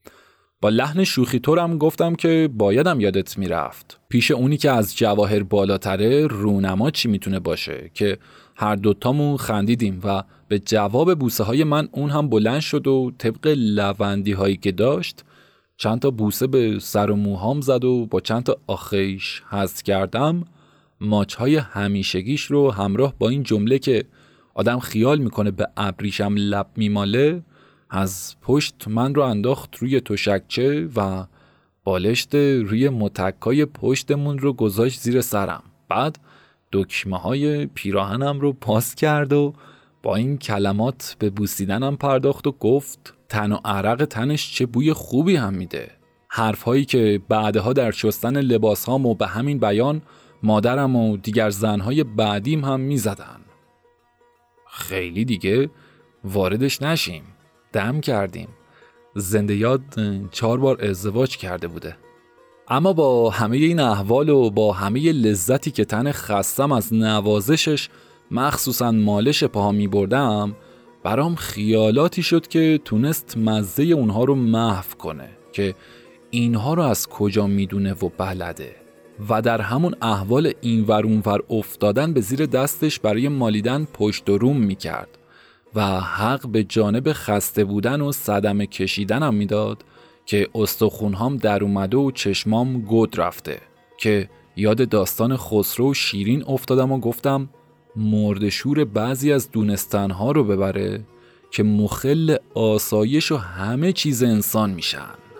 با لحن شوخی طورم گفتم که بایدم یادت میرفت، پیش اونی که از جواهر بالاتره رونما چی میتونه باشه، که هر دوتامون خندیدیم و به جواب بوسه های من اون هم بلند شد و طبق لوندی هایی که داشت چند تا بوسه به سر و موهام زد و با چند تا آخیش حذف کردم ماچ های همیشگیش رو همراه با این جمله که آدم خیال میکنه به ابریشم لب میماله از پشت من رو انداخت روی تشکچه و بالشت روی متکای پشتمون رو گذاشت زیر سرم. بعد دکمه های پیراهنم رو پاس کرد و با این کلمات به بوسیدنم پرداخت و گفت تن و عرق تنش چه بوی خوبی هم میده. حرفهایی که بعدها در شستن لباس هام و به همین بیان مادرم و دیگر زنهای بعدیم هم می زدن. خیلی دیگه واردش نشیم. دم کردیم. زنده یاد چهار بار ازدواج کرده بوده. اما با همه این احوال و با همه لذتی که تن خستم از نوازشش مخصوصا مالش پاها می بردم، برام خیالاتی شد که تونست مزه اونها رو محو کنه که اینها رو از کجا میدونه و بلده و در همون احوال این ور اون ور افتادن به زیر دستش برای مالیدن پشت و روم میکرد و حق به جانب خسته بودن و صدمه کشیدنم میداد که استخونهام در اومده و چشمام گود رفته که یاد داستان خسرو و شیرین افتادم و گفتم مردشور بعضی از دونستنها رو ببره که مخل آسایش و همه چیز انسان میشن.